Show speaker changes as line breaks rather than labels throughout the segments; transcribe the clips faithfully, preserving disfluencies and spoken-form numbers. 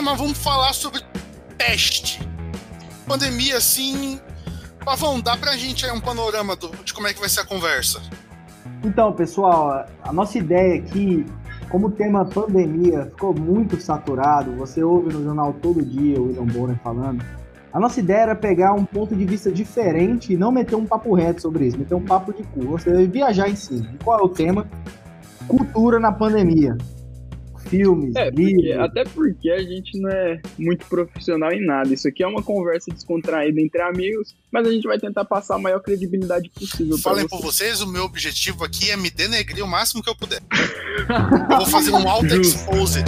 tema, vamos falar sobre peste. Pandemia, assim... Pavão, dá pra gente aí um panorama do, de como é que vai ser a conversa?
Então, pessoal, a nossa ideia aqui, como o tema pandemia ficou muito saturado, você ouve no jornal todo dia o William Bonner falando, a nossa ideia era pegar um ponto de vista diferente e não meter um papo reto sobre isso, meter um papo de cu, você vai viajar em si. E qual é o tema? Cultura na pandemia. Filmes,
é, porque,
livros...
Até porque a gente não é muito profissional em nada. Isso aqui é uma conversa descontraída entre amigos, mas a gente vai tentar passar a maior credibilidade possível.
Falem por vocês, o meu objetivo aqui é me denegrir o máximo que eu puder. Eu vou fazer um auto-exposed.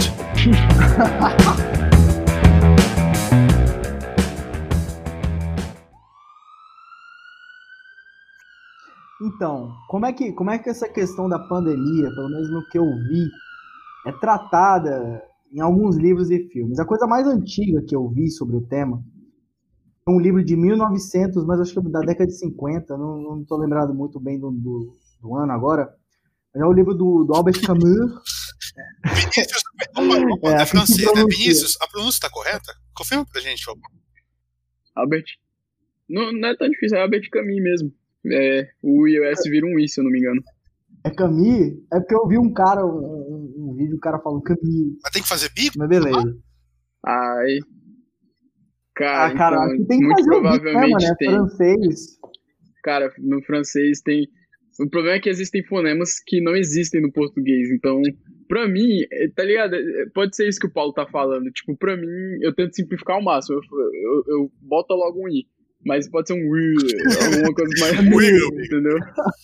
Então, como é, que, como é que essa questão da pandemia, pelo menos no que eu vi, é tratada em alguns livros e filmes? A coisa mais antiga que eu vi sobre o tema é um livro de mil e novecentos, mas acho que da década de cinquenta, não estou lembrado muito bem do, do, do ano agora, mas é o livro do, do Albert Camus.
Vinícius, opa, opa, é, é francês, né? Vinícius, a pronúncia está correta? Confirma pra gente, por favor.
Albert. Não, não é tão difícil, é Albert Camus mesmo. É, o I O S vira um I, se eu não me engano.
É Camus? É porque eu vi um cara, um, um, um vídeo, o cara falando Camus.
Mas tem que fazer bico?
Mas beleza.
Ai. Cara,
ah, cara,
então,
tem que
muito
fazer
provavelmente
bico, né?
tem.
Francês.
Cara, no francês tem. O problema é que existem fonemas que não existem no português. Então, pra mim, tá ligado? Pode ser isso que o Paulo tá falando. Tipo, pra mim, eu tento simplificar ao máximo. Eu, eu, eu boto logo um I. Mas pode ser um will, alguma coisa mais.
Will,
entendeu?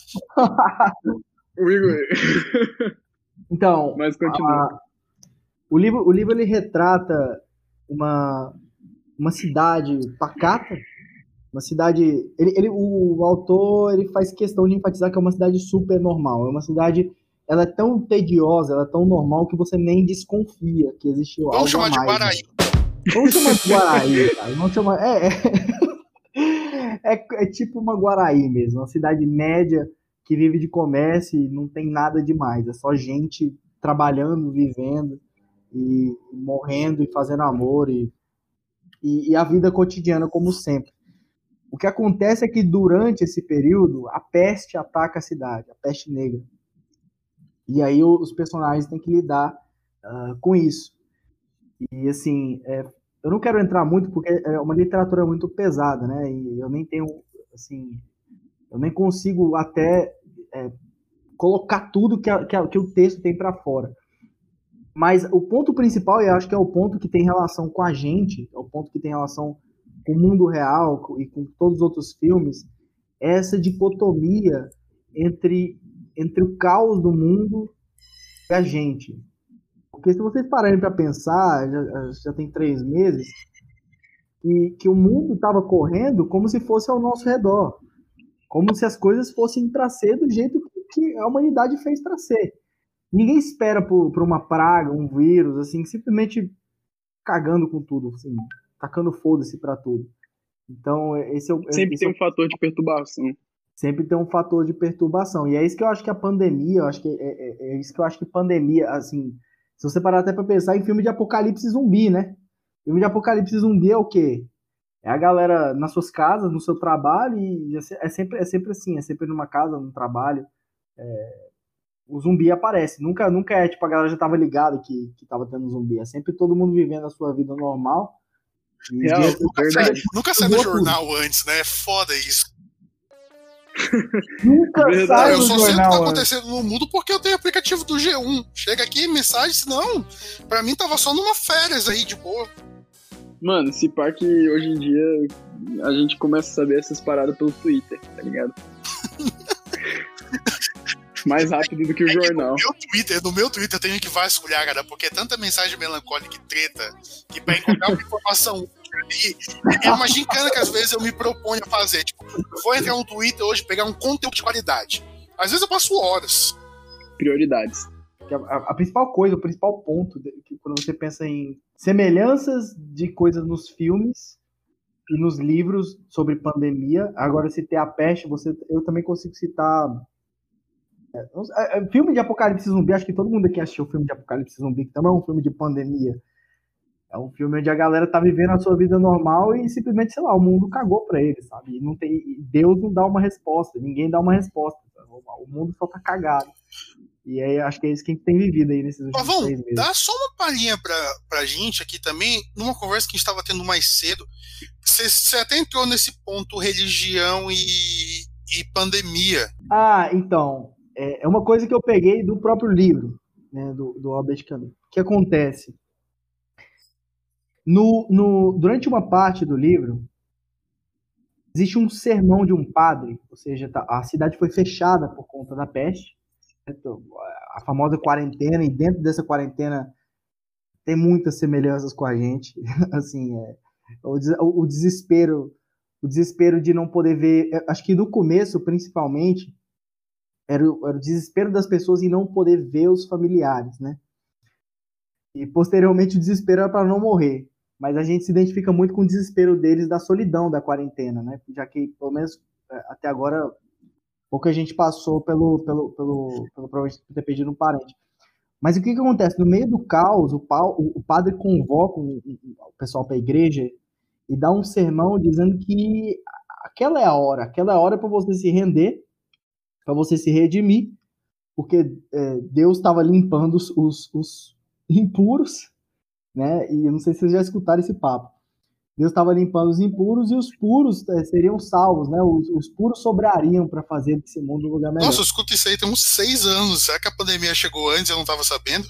Will.
Então,
mas continua.
A, o livro, o livro ele retrata uma, uma cidade pacata, uma cidade. Ele, ele, o, o autor ele faz questão de enfatizar que é uma cidade super normal. É uma cidade. Ela é tão tediosa, ela é tão normal que você nem desconfia que existe algo
Vamos chamar
a mais,
de Guaraí.
Né? Vamos chamar de Guaraí, cara. Vamos chamar. É, é. É, é tipo uma Guaraí mesmo, uma cidade média que vive de comércio e não tem nada demais, é só gente trabalhando, vivendo e morrendo e fazendo amor e, e, e a vida cotidiana como sempre. O que acontece é que durante esse período a peste ataca a cidade, a peste negra, e aí os personagens têm que lidar uh, com isso. E assim, é, eu não quero entrar muito porque é uma literatura muito pesada, né? E eu nem tenho, assim, eu nem consigo até é, colocar tudo que, a, que, a, que o texto tem para fora. Mas o ponto principal, e eu acho que é o ponto que tem relação com a gente, é o ponto que tem relação com o mundo real e com todos os outros filmes, é essa dicotomia entre, entre o caos do mundo e a gente. Porque se vocês pararem para pensar, já, já tem três meses, que, que o mundo estava correndo como se fosse ao nosso redor. Como se as coisas fossem para ser do jeito que a humanidade fez para ser. Ninguém espera por, por uma praga, um vírus, assim, simplesmente cagando com tudo, assim, tacando foda-se para tudo. Então, esse é o...
Sempre
esse
tem
é
um
o,
fator de perturbação.
Sempre tem um fator de perturbação. E é isso que eu acho que a pandemia, eu acho que é, é, é isso que eu acho que pandemia, assim... Se você parar até pra pensar em filme de apocalipse zumbi, né? Filme de apocalipse zumbi é o quê? É a galera nas suas casas, no seu trabalho, e é sempre, é sempre assim, é sempre numa casa, num trabalho. É... O zumbi aparece. Nunca, nunca é tipo, a galera já tava ligada que, que tava tendo zumbi. É sempre todo mundo vivendo a sua vida normal.
E Real, de...
nunca sai, nunca sai no jornal tudo. Antes, né? É foda isso.
Nunca
Verdade.
sai
Eu
no
só
jornal,
sei o que tá
mano.
acontecendo no mundo porque eu tenho aplicativo do G um. Chega aqui, mensagem, senão, pra mim tava só numa férias aí, de boa.
Mano, se pá que hoje em dia a gente começa a saber essas paradas pelo Twitter, tá ligado? Mais rápido do que o
é
jornal.
Que no, meu Twitter, no meu Twitter eu tenho que vasculhar, cara, porque é tanta mensagem melancólica e treta que pra encontrar uma informação ali, é uma gincana que às vezes eu me proponho a fazer. Tipo, vou entrar no Twitter hoje, pegar um conteúdo de qualidade. Às vezes eu passo horas.
Prioridades.
A, a principal coisa, o principal ponto, de, que quando você pensa em semelhanças de coisas nos filmes e nos livros sobre pandemia, agora se ter a peste, você, eu também consigo citar é, é, filme de apocalipse zumbi, acho que todo mundo aqui assistiu o filme de apocalipse zumbi, que também é um filme de pandemia. É um filme onde a galera tá vivendo a sua vida normal e simplesmente, sei lá, o mundo cagou pra eles, sabe? E não tem, Deus não dá uma resposta, ninguém dá uma resposta. Sabe? O mundo só tá cagado. E aí acho que é isso que a gente tem vivido aí nesses últimos
Pavão,
três meses.
dá só uma palhinha pra, pra gente aqui também, numa conversa que a gente estava tendo mais cedo. Você, você até entrou nesse ponto religião e, e pandemia.
Ah, então, é, é uma coisa que eu peguei do próprio livro, né, do, do Albert Camus. O que acontece? No, no, durante uma parte do livro, existe um sermão de um padre, ou seja, tá, a cidade foi fechada por conta da peste, a famosa quarentena, e dentro dessa quarentena tem muitas semelhanças com a gente, assim, é, o, o desespero, o desespero de não poder ver, acho que no começo, principalmente, era o, era o desespero das pessoas em não poder ver os familiares, né? E posteriormente o desespero era para não morrer, mas a gente se identifica muito com o desespero deles da solidão da quarentena, né? Já que, pelo menos até agora, pouca gente passou pelo, pelo, pelo, pelo provavelmente ter perdido um parente. Mas o que, que acontece? No meio do caos, o, pau, o padre convoca o, o pessoal para a igreja e dá um sermão dizendo que aquela é a hora, aquela é a hora para você se render, para você se redimir, porque é, Deus estava limpando os, os, os impuros, né? E eu não sei se vocês já escutaram esse papo. Deus estava limpando os impuros e os puros é, seriam salvos, né? Os, os puros sobrariam para fazer desse mundo um lugar melhor.
Nossa, eu escuto isso aí tem uns seis anos. Será que a pandemia chegou antes e eu não estava sabendo?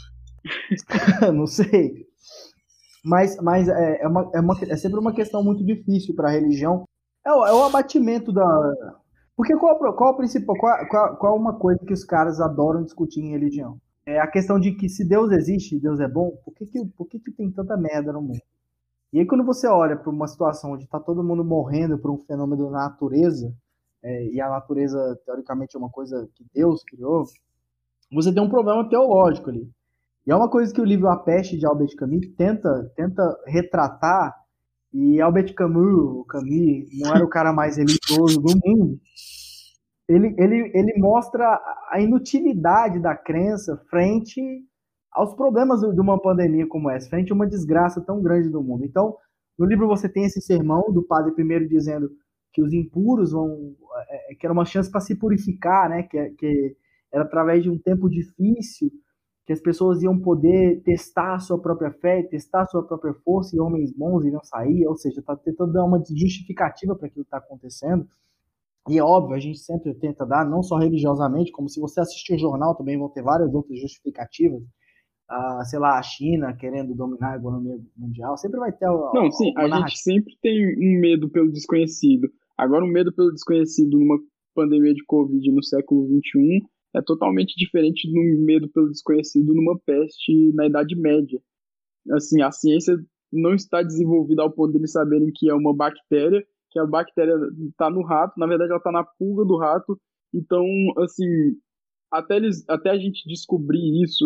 Não sei. Mas, mas é, é, uma, é, uma, é sempre uma questão muito difícil para a religião. É o, é o abatimento da... Porque qual, qual, principal, qual, qual, qual uma coisa que os caras adoram discutir em religião? É a questão de que se Deus existe, Deus é bom, por que, que, por que, que tem tanta merda no mundo? E aí quando você olha para uma situação onde está todo mundo morrendo por um fenômeno da natureza, é, e a natureza, teoricamente, é uma coisa que Deus criou, você tem um problema teológico ali. E é uma coisa que o livro A Peste, de Albert Camus, tenta, tenta retratar, e Albert Camus, o Camus, não era o cara mais religioso do mundo, ele, ele, ele mostra a inutilidade da crença frente aos problemas de uma pandemia como essa, frente a uma desgraça tão grande do mundo. Então, no livro você tem esse sermão do padre primeiro dizendo que os impuros vão, é, que era uma chance para se purificar, né? Que, que era através de um tempo difícil que as pessoas iam poder testar a sua própria fé, testar a sua própria força, e homens bons iriam sair, ou seja, está tentando dar uma justificativa para aquilo que está acontecendo. E é óbvio, a gente sempre tenta dar, não só religiosamente, como se você assistir o jornal também vão ter várias outras justificativas. Uh, sei lá, a China querendo dominar a economia mundial, sempre vai ter a,
Não, sim, a narrativa. Gente sempre tem um medo pelo desconhecido. Agora, o medo pelo desconhecido numa pandemia de Covid no século vinte e um é totalmente diferente do medo pelo desconhecido numa peste na Idade Média. Assim, a ciência não está desenvolvida ao ponto de eles saberem que é uma bactéria, que a bactéria está no rato, na verdade ela está na pulga do rato. Então, assim, até, eles, até a gente descobrir isso,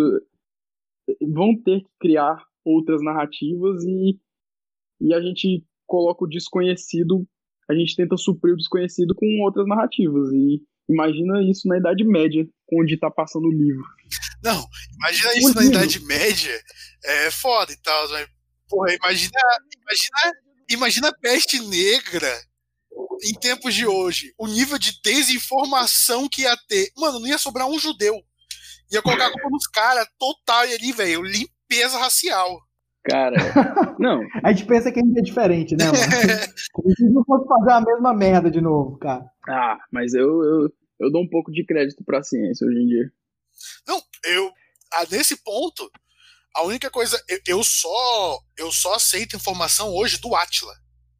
vão ter que criar outras narrativas e, e a gente coloca o desconhecido, a gente tenta suprir o desconhecido com outras narrativas. E imagina isso na Idade Média, onde está passando o livro.
Não, imagina isso o na livro. Idade Média, é foda e tal, mas, porra, imagina, imagina, imagina a peste negra em tempos de hoje, o nível de desinformação que ia ter. Mano, não ia sobrar um judeu. Ia colocar a culpa nos caras total e ali, velho, limpeza racial.
Cara, não.
A gente pensa que a gente é diferente, né, mano? Como se não fosse fazer a mesma merda de novo, cara.
Ah, mas eu, eu, eu dou um pouco de crédito pra ciência hoje em dia.
Não, eu, ah, nesse ponto, a única coisa, eu, eu, só, eu só aceito informação hoje do Átila.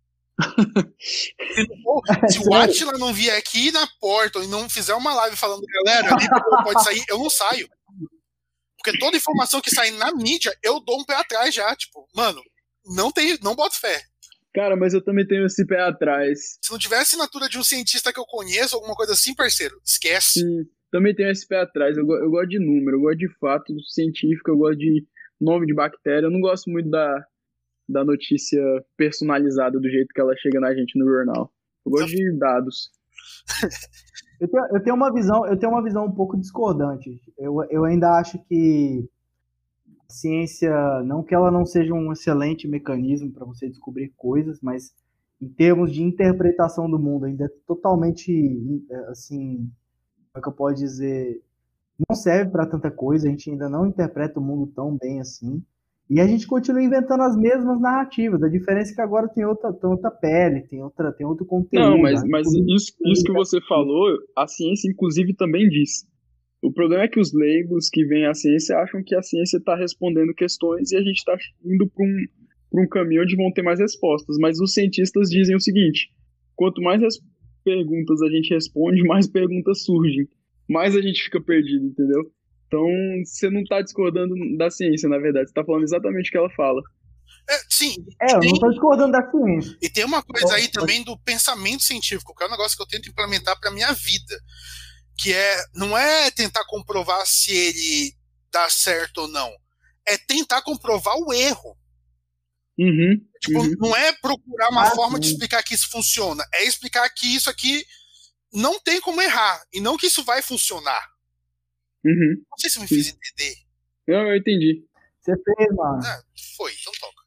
Se, for, se o Átila não vier aqui na porta e não fizer uma live falando, galera, ali pode sair, eu não saio. Porque toda informação que sai na mídia, eu dou um pé atrás já. Tipo, mano, não, tem, não boto fé.
Cara, mas eu também tenho esse pé atrás.
Se não tiver a assinatura de um cientista que eu conheço, alguma coisa assim, parceiro, esquece.
Sim, também tenho esse pé atrás. Eu, eu gosto de número, eu gosto de fato científico, eu gosto de nome de bactéria. Eu não gosto muito da, da notícia personalizada do jeito que ela chega na gente no jornal. Eu gosto de dados.
Eu tenho, eu tenho uma visão, eu tenho uma visão um pouco discordante. Eu, eu ainda acho que ciência, não que ela não seja um excelente mecanismo para você descobrir coisas, mas em termos de interpretação do mundo, ainda é totalmente, assim, como é que eu posso dizer, não serve para tanta coisa, a gente ainda não interpreta o mundo tão bem assim, e a gente continua inventando as mesmas narrativas, a diferença é que agora tem outra, tem outra pele, tem, outra, tem outro conteúdo.
Não, mas, mas isso, isso que você falou, a ciência inclusive também diz. O problema é que os leigos que veem a ciência acham que a ciência está respondendo questões e a gente está indo para um, para um caminho onde vão ter mais respostas. Mas os cientistas dizem o seguinte: quanto mais as perguntas a gente responde, mais perguntas surgem. Mais a gente fica perdido, entendeu? Então, você não está discordando da ciência, na verdade. Você está falando exatamente o que ela fala.
É, sim.
É, eu não estou discordando da ciência.
E tem uma coisa aí também do pensamento científico, que é um negócio que eu tento implementar para minha vida. Que é, não é tentar comprovar se ele dá certo ou não. É tentar comprovar o erro.
Uhum,
tipo,
uhum.
Não é procurar uma
ah,
forma
sim.
de explicar que isso funciona. É explicar que isso aqui não tem como errar. E não que isso vai funcionar.
Uhum.
Não sei se eu me fiz entender.
Não, eu entendi.
Você fez, mano.
Ah, foi, então toca.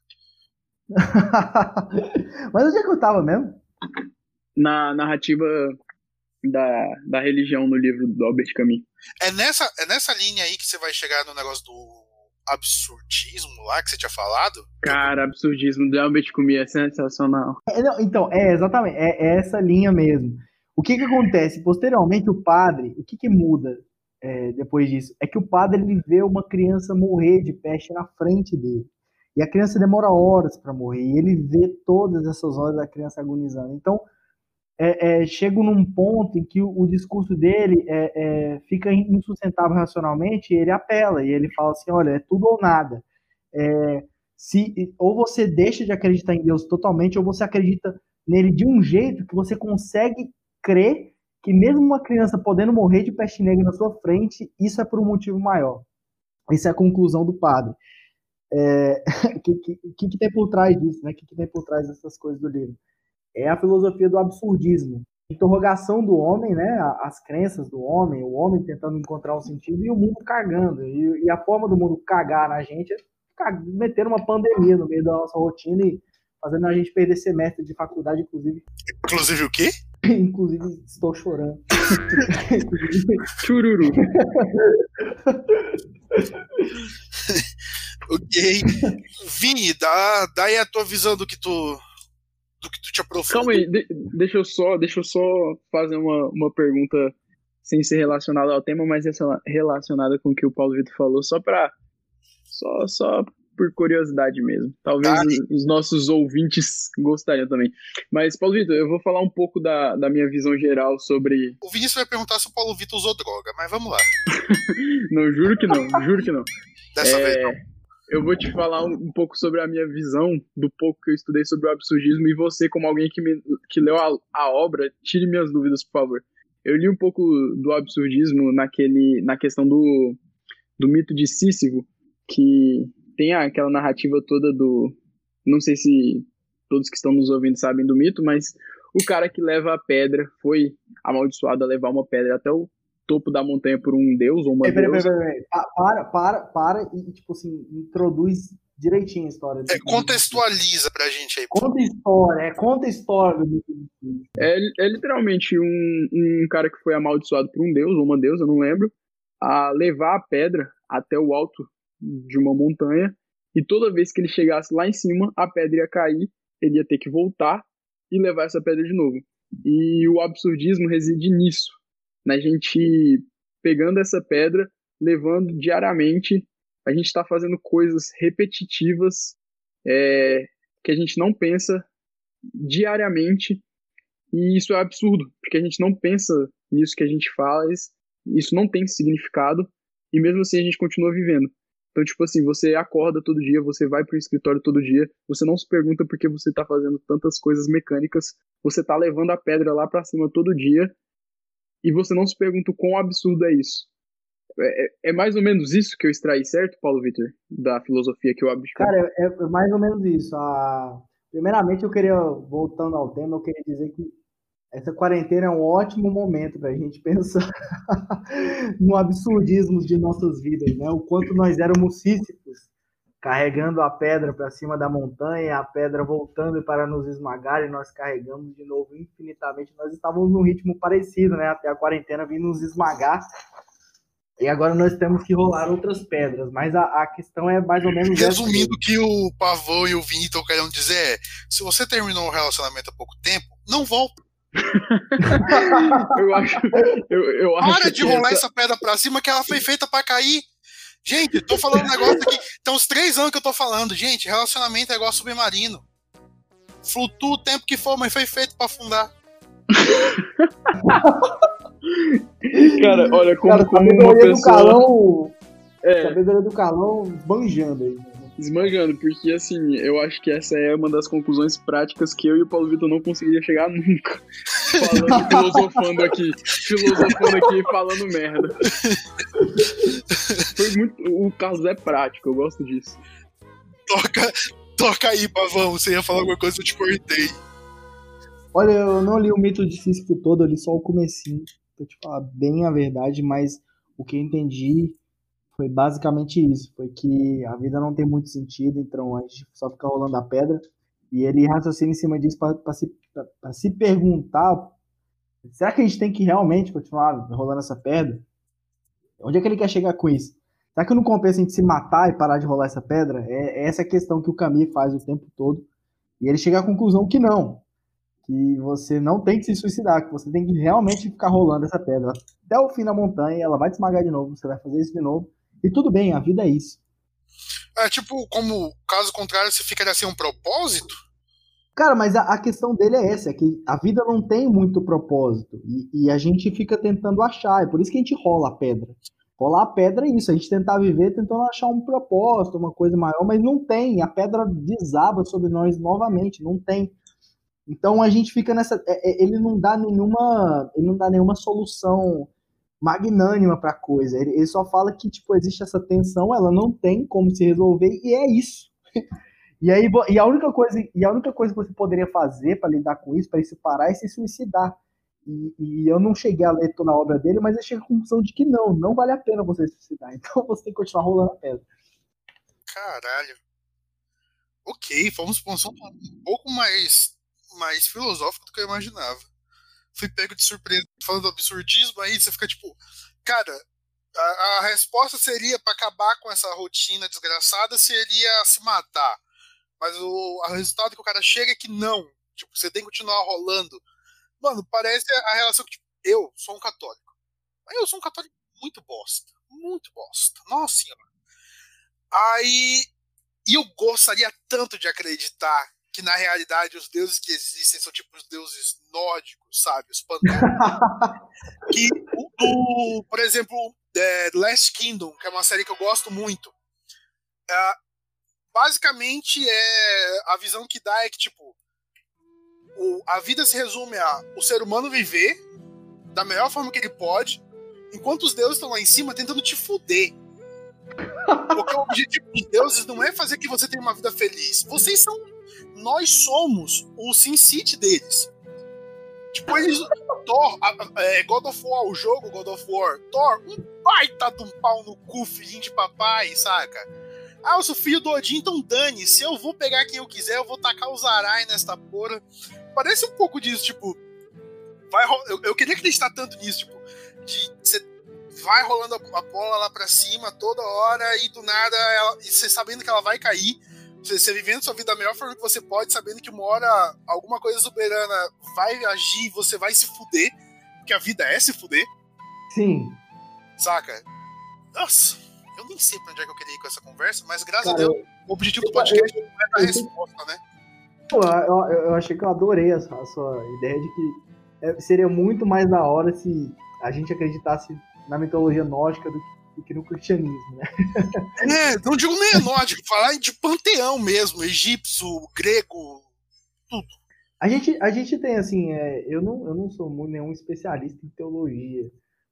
Mas onde é que eu tava mesmo?
Na narrativa da, da religião no livro do Albert Camus.
É nessa, é nessa linha aí que você vai chegar no negócio do absurdismo lá que você tinha falado?
Cara, absurdismo do Albert Camus é sensacional.
É, não, então, é exatamente, é, é essa linha mesmo. O que que acontece? Posteriormente, o padre, o que que muda é, depois disso? É que o padre, ele vê uma criança morrer de peste na frente dele. E a criança demora horas para morrer. E ele vê todas essas horas da criança agonizando. Então, é, é, chega num ponto em que o, o discurso dele é, é, fica insustentável racionalmente e ele apela. E ele fala assim, olha, é tudo ou nada. É, se, ou você deixa de acreditar em Deus totalmente, ou você acredita nele de um jeito que você consegue crer que mesmo uma criança podendo morrer de peste negra na sua frente, isso é por um motivo maior. Essa é a conclusão do padre. É, o que, que, que, que tem por trás disso, né? O que, que tem por trás dessas coisas do livro? É a filosofia do absurdismo. Interrogação do homem, né? As crenças do homem, o homem tentando encontrar um sentido e o mundo cagando. E, e a forma do mundo cagar na gente é meter uma pandemia no meio da nossa rotina e fazendo a gente perder semestre de faculdade, inclusive.
Inclusive o quê?
Inclusive, estou chorando.
Chururu.
Ok. Vini, dá, dá aí a tua visão do que tu, do que tu te aprofundou.
Calma aí, de, deixa, eu só, deixa eu só fazer uma, uma pergunta sem ser relacionada ao tema, mas relacionada com o que o Paulo Vitor falou, só pra Só, só por curiosidade mesmo. Talvez
Tá.
os, os nossos ouvintes gostariam também. Mas, Paulo Vitor, eu vou falar um pouco da, da minha visão geral sobre...
O Vinícius vai perguntar se o Paulo Vitor usou droga, mas vamos lá.
Não, juro que não, juro que não.
Dessa
É,
vez não.
Eu vou te falar um, um pouco sobre a minha visão, do pouco que eu estudei sobre o absurdismo, e você, como alguém que, me, que leu a, a obra, tire minhas dúvidas, por favor. Eu li um pouco do absurdismo naquele, na questão do, do mito de Sísifo, que tem aquela narrativa toda do... Não sei se todos que estão nos ouvindo sabem do mito, mas o cara que leva a pedra foi amaldiçoado a levar uma pedra até o topo da montanha por um deus ou uma
Peraí, peraí,
deusa.
peraí, peraí. Pa- Para, para, para e, tipo assim, introduz direitinho a história.
É, contextualiza pra gente aí.
Conta a história, é, conta a história do mito de Sísifo.
É, é literalmente um, um cara que foi amaldiçoado por um deus ou uma deusa, não lembro, a levar a pedra até o alto de uma montanha, e toda vez que ele chegasse lá em cima, a pedra ia cair, ele ia ter que voltar e levar essa pedra de novo. E o absurdismo reside nisso, na gente pegando essa pedra, levando diariamente, a gente está fazendo coisas repetitivas, é, que a gente não pensa diariamente, e isso é absurdo, porque a gente não pensa nisso que a gente faz, isso não tem significado, e mesmo assim a gente continua vivendo. Então, tipo assim, você acorda todo dia, você vai pro escritório todo dia, você não se pergunta por que você tá fazendo tantas coisas mecânicas, você tá levando a pedra lá pra cima todo dia, e você não se pergunta o quão absurdo é isso. É, é mais ou menos isso que eu extraí, certo, Paulo Vitor? Da filosofia que eu abri.
Cara, é, é mais ou menos isso. A... Primeiramente, eu queria, voltando ao tema, eu queria dizer que essa quarentena é um ótimo momento para a gente pensar no absurdismo de nossas vidas, né? O quanto nós éramos sísifos carregando a pedra para cima da montanha, a pedra voltando para nos esmagar e nós carregamos de novo infinitamente. Nós estávamos num ritmo parecido, né? Até a quarentena vindo nos esmagar. E agora nós temos que rolar outras pedras. Mas a, a questão é mais ou menos
Resumindo, o que o Pavão e o Vini estão querendo dizer é: se você terminou um relacionamento há pouco tempo, não volta.
eu acho. Eu, eu acho
Para de rolar essa... essa pedra pra cima, que ela foi feita pra cair. Gente, tô falando um negócio aqui. Tem uns três anos que eu tô falando. Gente, relacionamento é igual submarino. Flutua o tempo que for, mas foi feito pra afundar.
Cara, olha como,
Cara,
como uma pessoa...
do calão, é. Sabedoria do calão esbanjando aí.
Esbanjando, porque assim, eu acho que essa é uma das conclusões práticas que eu e o Paulo Vitor não conseguiria chegar nunca. Falando, filosofando aqui, filosofando aqui, falando merda. Foi muito... O Carlos é prático, eu gosto disso.
Toca, toca aí, Pavão, você ia falar alguma coisa, eu te cortei.
Olha, eu não li o Mito de Sísifo todo, eu li só o comecinho, pra te falar bem a verdade, mas o que eu entendi foi basicamente isso, foi que a vida não tem muito sentido, então a gente só fica rolando a pedra, e ele raciocina em cima disso para se, pra se perguntar, será que a gente tem que realmente continuar rolando essa pedra? Onde é que ele quer chegar com isso? Será que não compensa a gente se matar e parar de rolar essa pedra? É, é essa a questão que o Camus faz o tempo todo, e ele chega à conclusão que não, que você não tem que se suicidar, que você tem que realmente ficar rolando essa pedra até o fim da montanha, ela vai te esmagar de novo, você vai fazer isso de novo, e tudo bem, a vida é isso.
É tipo, como caso contrário, você fica sem um propósito?
Cara, mas a, a questão dele é essa, é que a vida não tem muito propósito, e, e a gente fica tentando achar, é por isso que a gente rola a pedra. Rolar a pedra é isso, a gente tentar viver tentando achar um propósito, uma coisa maior, mas não tem, a pedra desaba sobre nós novamente, não tem. Então a gente fica nessa, ele não dá nenhuma, ele não dá nenhuma solução magnânima para a coisa. Ele, ele só fala que tipo existe essa tensão, ela não tem como se resolver e é isso. E aí e a única coisa e a única coisa que você poderia fazer para lidar com isso, para isso parar, é se suicidar. E, e eu não cheguei a ler toda a obra dele, mas eu cheguei à conclusão de que não, não vale a pena você se suicidar. Então você tem que continuar rolando a pedra.
Caralho. Ok, fomos para um assunto um pouco mais mais filosófico do que eu imaginava. Fui pego de surpresa falando do absurdismo, aí você fica tipo, cara, a, a resposta seria para acabar com essa rotina desgraçada, seria se matar. Mas o, o resultado que o cara chega é que não. Tipo, você tem que continuar rolando. Mano, parece a relação que, tipo, eu sou um católico. Eu sou um católico muito bosta. Muito bosta. Nossa senhora. Aí, e eu gostaria tanto de acreditar que na realidade os deuses que existem são tipo os deuses nórdicos, sabe? Os panteões. Que, o, o, por exemplo, é, Last Kingdom, que é uma série que eu gosto muito, é, basicamente é, a visão que dá é que tipo o, a vida se resume a o ser humano viver da melhor forma que ele pode, enquanto os deuses estão lá em cima tentando te fuder. Porque o objetivo dos deuses não é fazer que você tenha uma vida feliz. Vocês são... Nós somos o Sin City deles. Tipo, eles... Thor, é, God of War, o jogo God of War. Thor, um baita de um pau no cu, filhinho de papai, saca? Ah, eu sou filho do Odin, então dane. Se eu vou pegar quem eu quiser, eu vou tacar os Arai nesta porra. Parece um pouco disso, tipo... Vai, eu, eu queria acreditar tanto nisso, tipo... De você vai rolando a, a bola lá pra cima toda hora e do nada, ela, e você sabendo que ela vai cair, você, você vivendo sua vida da melhor forma que você pode, sabendo que uma hora alguma coisa soberana vai agir e você vai se fuder, porque a vida é se fuder.
Sim.
Saca? Nossa, eu nem sei pra onde é que eu queria ir com essa conversa, mas graças
Cara,
a Deus,
eu,
o objetivo do podcast não é dar resposta, né?
Pô, eu, eu achei que eu adorei a, a sua ideia de que é, seria muito mais da hora se a gente acreditasse na mitologia nórdica do, do que no cristianismo, né?
É, não digo nem nórdico, falar de panteão mesmo, egípcio, grego, tudo.
A gente, a gente tem, assim, é, eu, não, eu não sou muito nenhum especialista em teologia,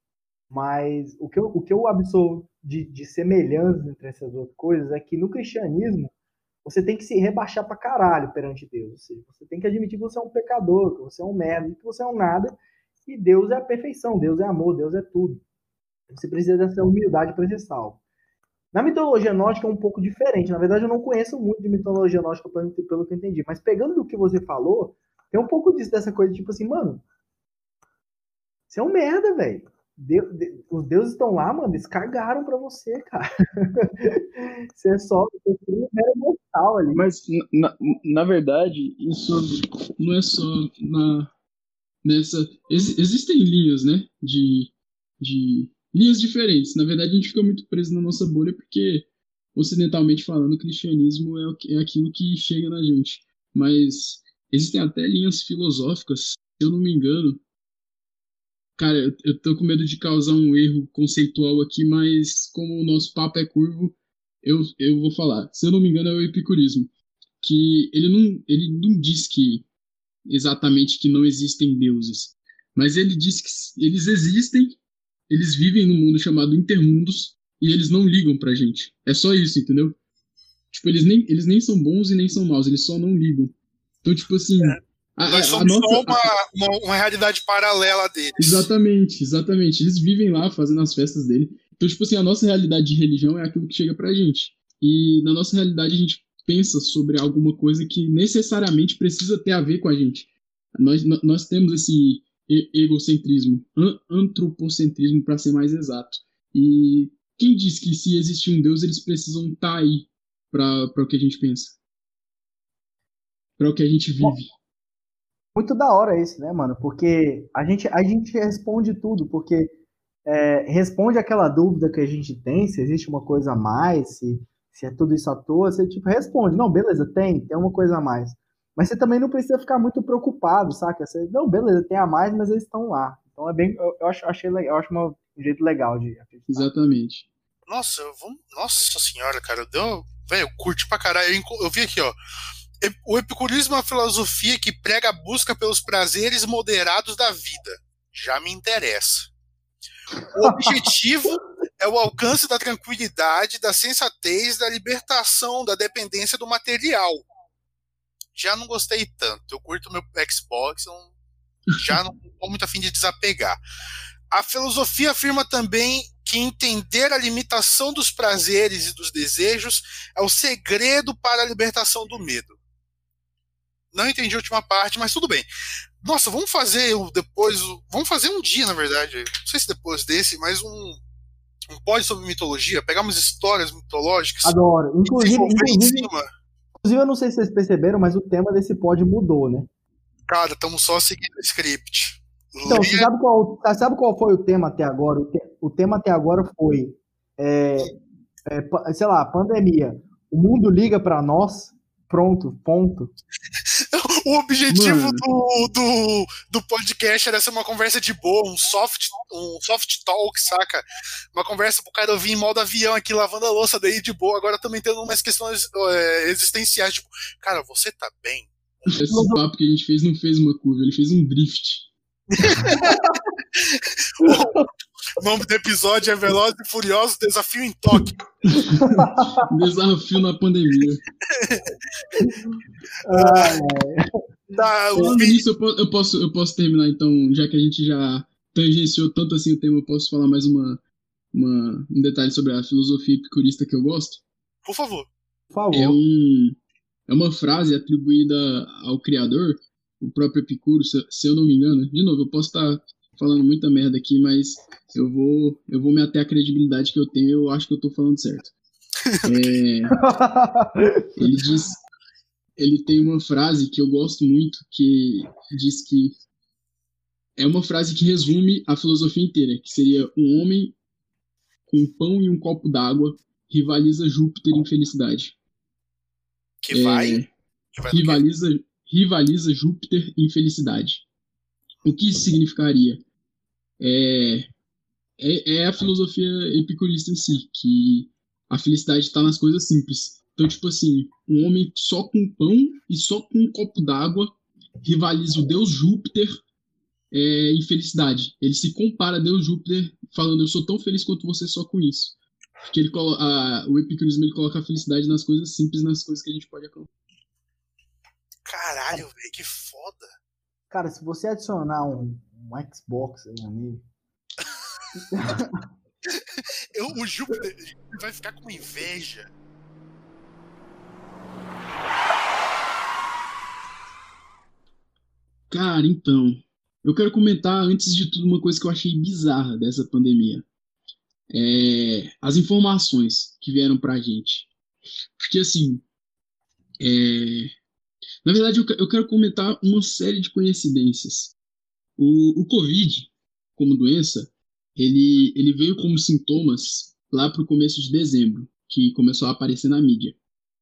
mas o que eu, o que eu absorvo de, de semelhança entre essas duas coisas é que no cristianismo você tem que se rebaixar pra caralho perante Deus. Ou seja, você tem que admitir que você é um pecador, que você é um merda, que você é um nada, e Deus é a perfeição, Deus é amor, Deus é tudo. Você precisa dessa humildade para ser salvo. Na mitologia nórdica é um pouco diferente. Na verdade, eu não conheço muito de mitologia nórdica pelo pelo que eu entendi. Mas pegando do que você falou, tem um pouco disso, dessa coisa, tipo assim, mano, você é um merda, velho. Deu- de- os deuses estão lá, mano, eles cagaram pra você, cara. Você é só você é um mero mortal ali.
Mas, na, na verdade, isso não é só na, nessa. Ex- existem linhas, né? De, de linhas diferentes. Na verdade, a gente fica muito preso na nossa bolha porque, ocidentalmente falando, o cristianismo é, o que- é aquilo que chega na gente. Mas existem até linhas filosóficas, se eu não me engano. Cara, eu, eu tô com medo de causar um erro conceitual aqui, mas como o nosso papo é curvo, eu, eu vou falar. Se eu não me engano, é o epicurismo. Que ele não, ele não diz que exatamente que não existem deuses, mas ele diz que eles existem, eles vivem num mundo chamado Intermundos e eles não ligam pra gente. É só isso, entendeu? Tipo, eles nem, eles nem são bons e nem são maus, eles só não ligam. Então, tipo assim, a,
Nós
a- a
somos
nossa.
só
a-
uma, uma, uma realidade paralela deles.
exatamente, exatamente. Eles vivem lá fazendo as festas dele. Então, tipo assim, a nossa realidade de religião é aquilo que chega pra gente. E na nossa realidade a gente pensa sobre alguma coisa que necessariamente precisa ter a ver com a gente. Nós, no- nós temos esse e- egocentrismo, an- antropocentrismo, para ser mais exato. E quem diz que se existir um Deus, eles precisam estar aí para o que a gente pensa, para o que a gente
Bom,
vive?
muito da hora isso, né, mano? Porque a gente, a gente responde tudo, porque é, responde aquela dúvida que a gente tem, se existe uma coisa a mais, se, se é tudo isso à toa, você tipo responde, não, beleza, tem, tem uma coisa a mais. Mas você também não precisa ficar muito preocupado, saca? Você, não, beleza, tem a mais, mas eles estão lá. Então é bem, eu, eu acho, achei, le- eu acho uma- um jeito legal de acreditar.
Exatamente.
Nossa, eu vou... Nossa senhora, cara, deu. Velho, eu curti pra caralho. Eu, enco- eu vi aqui, ó. Ep- O epicurismo é uma filosofia que prega a busca pelos prazeres moderados da vida. Já me interessa. O objetivo é o alcance da tranquilidade, da sensatez, da libertação da dependência do material. Já não gostei tanto. Eu curto meu Xbox, eu não- já não estou muito afim de desapegar. A filosofia afirma também que entender a limitação dos prazeres e dos desejos é o segredo para a libertação do medo. Não entendi a última parte, mas tudo bem. Nossa, vamos fazer o- depois. o- Vamos fazer um dia, na verdade. Não sei se depois desse, mas um, um pod sobre mitologia, pegar umas histórias mitológicas
Adoro.
e
Inclusive,
desenvolver em
inclusive,
cima.
inclusive, eu não sei se vocês perceberam, mas o tema desse pod mudou, né?
Cara, estamos só seguindo o script.
Então, você
Lê.
sabe qual, sabe qual foi o tema até agora? O, te- o tema até agora foi, é, é, pa- sei lá, pandemia. O mundo liga pra nós, pronto, ponto.
O objetivo
Mano,
do, do, do podcast era ser uma conversa de boa, um soft, um soft talk, saca? Uma conversa pro cara ouvir em modo avião aqui, lavando a louça daí de boa. Agora também tendo umas questões é, existenciais, tipo, cara, você tá bem?
esse papo que a gente fez não fez uma curva, ele fez um drift.
O nome do episódio é Velozes e Furiosos Desafio em Tóquio.
Desafio na pandemia.
Ah,
Tá, o
Falando
Vi-
nisso, eu posso, eu, posso, eu posso terminar então, já que a gente já tangenciou tanto assim o tema, eu posso falar mais uma, uma, um detalhe sobre a filosofia epicurista que eu gosto?
por favor.
por
É,
favor.
um, é uma frase atribuída ao criador, o próprio Epicuro, se, se eu não me engano. De novo, eu posso estar falando muita merda aqui, mas eu vou, eu vou me ater à credibilidade que eu tenho, eu acho que eu tô falando certo. É, ele diz, ele tem uma frase que eu gosto muito, que diz que é uma frase que resume a filosofia inteira, que seria: um homem com um pão e um copo d'água rivaliza Júpiter em felicidade.
Que vai.
É,
Que vai do quê?
rivaliza, rivaliza Júpiter em felicidade. O que isso significaria? É, é, é a filosofia epicurista em si, que a felicidade está nas coisas simples. Então, tipo assim, um homem só com pão e só com um copo d'água rivaliza o deus Júpiter é, em felicidade. Ele se compara a deus Júpiter falando: eu sou tão feliz quanto você só com isso. Porque ele, colo- a, o epicurismo ele coloca a felicidade nas coisas simples, nas coisas que a gente pode alcançar.
Caralho, velho, que foda.
Cara, se você adicionar um, um Xbox aí no meio,
Eu, o Júpiter vai ficar com inveja.
Cara, então, eu quero comentar antes de tudo uma coisa que eu achei bizarra dessa pandemia. É, as informações que vieram pra gente. Porque assim, é, na verdade eu, eu quero comentar uma série de coincidências. O, o Covid, como doença, ele, ele veio como sintomas lá pro começo de dezembro, que começou a aparecer na mídia.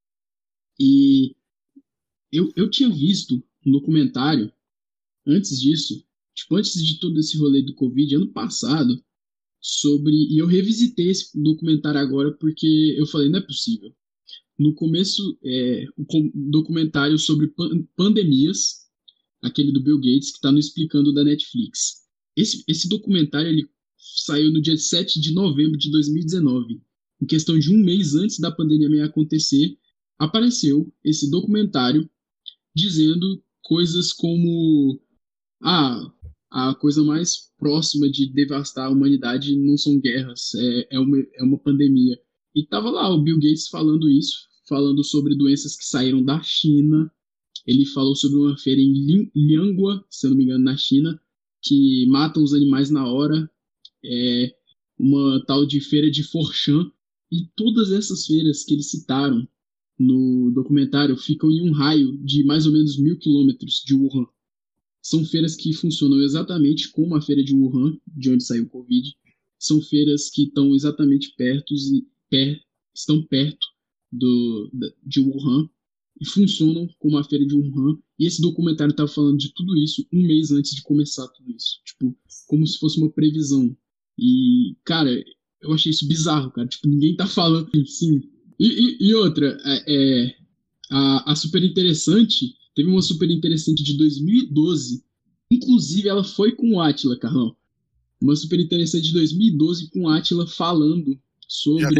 E eu, eu tinha visto um documentário antes disso, tipo, antes de todo esse rolê do Covid, ano passado, sobre. E eu revisitei esse documentário agora porque eu falei, não é possível. No começo, é, o documentário sobre pan- pandemias, aquele do Bill Gates, que está no Explicando da Netflix. Esse, esse documentário ele saiu no dia sete de novembro de dois mil e dezenove. Em questão de um mês antes da pandemia acontecer, apareceu esse documentário dizendo coisas como ah, a coisa mais próxima de devastar a humanidade não são guerras, é, é, uma, é uma pandemia. E tava lá o Bill Gates falando isso, falando sobre doenças que saíram da China. Ele falou sobre uma feira em Liangua, se eu não me engano, na China, que matam os animais na hora. É uma tal de feira de Forchan. E todas essas feiras que eles citaram no documentário ficam em um raio de mais ou menos mil quilômetros de Wuhan. São feiras que funcionam exatamente como a feira de Wuhan, de onde saiu o Covid. São feiras que estão exatamente perto, e per, estão perto do, de Wuhan e funcionam como a feira de Wuhan. E esse documentário estava falando de tudo isso um mês antes de começar tudo isso. Tipo, como se fosse uma previsão. E, cara, eu achei isso bizarro, cara. Tipo, ninguém tá falando assim. E, e, e outra, é, é, a, a Super Interessante... Teve uma Super Interessante de dois mil e doze. Inclusive, ela foi com o Átila, Carlão. Uma Super Interessante de dois mil e doze com o Átila falando sobre,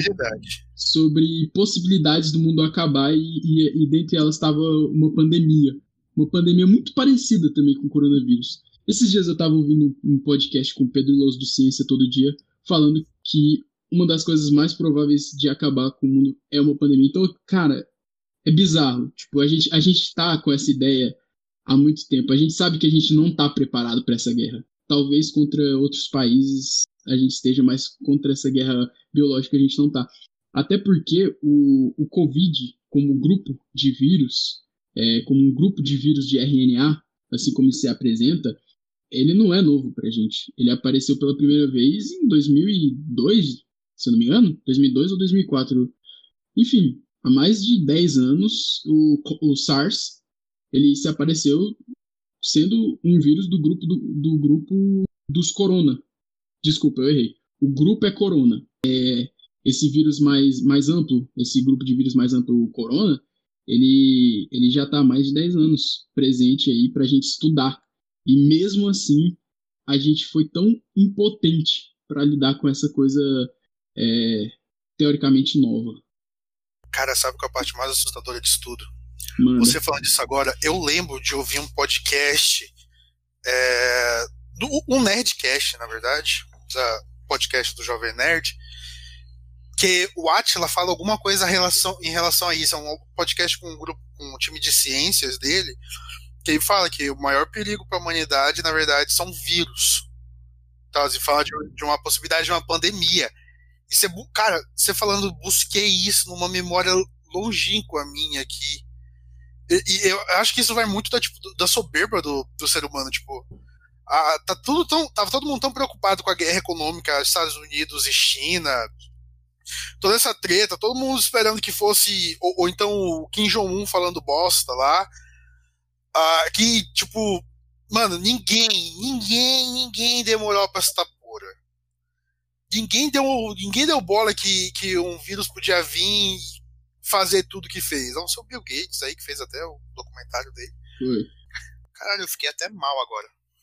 sobre possibilidades do mundo acabar e, e, e dentre elas estava uma pandemia. Uma pandemia muito parecida também com o coronavírus. Esses dias eu estava ouvindo um podcast com o Pedro Louso do Ciência Todo Dia, falando que uma das coisas mais prováveis de acabar com o mundo é uma pandemia. Então, cara... É bizarro. Tipo, a gente, a gente tá com essa ideia há muito tempo. A gente sabe que a gente não tá preparado para essa guerra. Talvez contra outros países a gente esteja, mas contra essa guerra biológica a gente não tá. Até porque o, o Covid, como grupo de vírus, é, como um grupo de vírus de R N A, assim como se apresenta, ele não é novo pra gente. Ele apareceu pela primeira vez em dois mil e dois, se eu não me engano, dois mil e dois ou dois mil e quatro. Enfim, há mais de dez anos, o, o SARS ele se apareceu sendo um vírus do grupo, do, do grupo dos corona. Desculpa, eu errei. O grupo é corona. É, esse vírus mais, mais amplo, esse grupo de vírus mais amplo, o corona, ele, ele já está há mais de dez anos presente aí para a gente estudar. E mesmo assim, a gente foi tão impotente para lidar com essa coisa é, teoricamente nova.
Cara, sabe qual é a parte mais assustadora disso tudo?
Mano.
Você falando disso agora, eu lembro de ouvir um podcast, é, do, um Nerdcast, na verdade, um podcast do Jovem Nerd, que o Átila fala alguma coisa em relação, em relação a isso. É um podcast com um grupo, com um time de ciências dele, que ele fala que o maior perigo para a humanidade, na verdade, são vírus. Então, ele fala de, de uma possibilidade de uma pandemia. E você, cara, você falando, busquei isso numa memória longínqua minha aqui. E, e eu acho que isso vai muito da, tipo, da soberba do, do ser humano. Tipo, a, tá tudo tão, tava todo mundo tão preocupado com a guerra econômica, Estados Unidos e China, toda essa treta, todo mundo esperando que fosse, ou, ou então o Kim Jong-un falando bosta lá, uh, que, tipo, mano, ninguém, ninguém, ninguém demorou pra essa porra. Ninguém deu, ninguém deu bola que, que um vírus podia vir e fazer tudo que fez. Não sei o Bill Gates aí, que fez até o documentário dele.
Foi.
Caralho, eu fiquei até mal agora.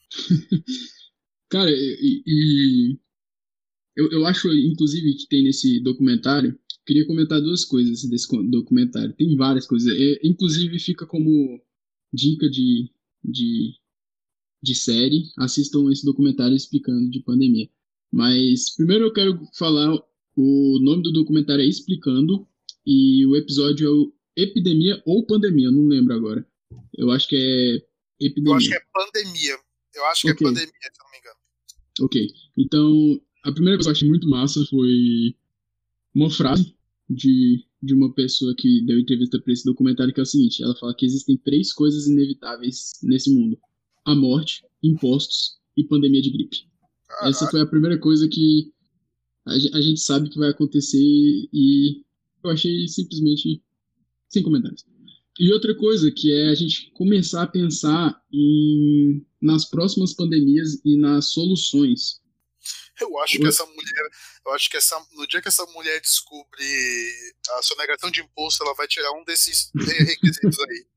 Cara, e, e eu, eu acho, inclusive, que tem nesse documentário. Queria comentar duas coisas desse documentário. Tem várias coisas. É, inclusive, fica como dica de, de, de série. Assistam esse documentário explicando de pandemia. Mas primeiro eu quero falar, o nome do documentário é Explicando, e o episódio é o Epidemia ou Pandemia, eu não lembro agora. Eu acho que é Epidemia.
Eu acho que é Pandemia. Eu acho que
Ok.
é Pandemia, se eu não me engano.
Ok, então a primeira coisa que eu achei muito massa foi uma frase de, de uma pessoa que deu entrevista para esse documentário, que é o seguinte: ela fala que existem três coisas inevitáveis nesse mundo: a morte, impostos e pandemia de gripe.
Caralho.
Essa foi a primeira coisa que a, ge- a gente sabe que vai acontecer, e eu achei simplesmente sem comentários. E outra coisa que é a gente começar a pensar em, nas próximas pandemias e nas soluções.
Eu acho que essa mulher, eu acho que essa, no dia que essa mulher descobre a sonegação de imposto, ela vai tirar um desses requisitos aí.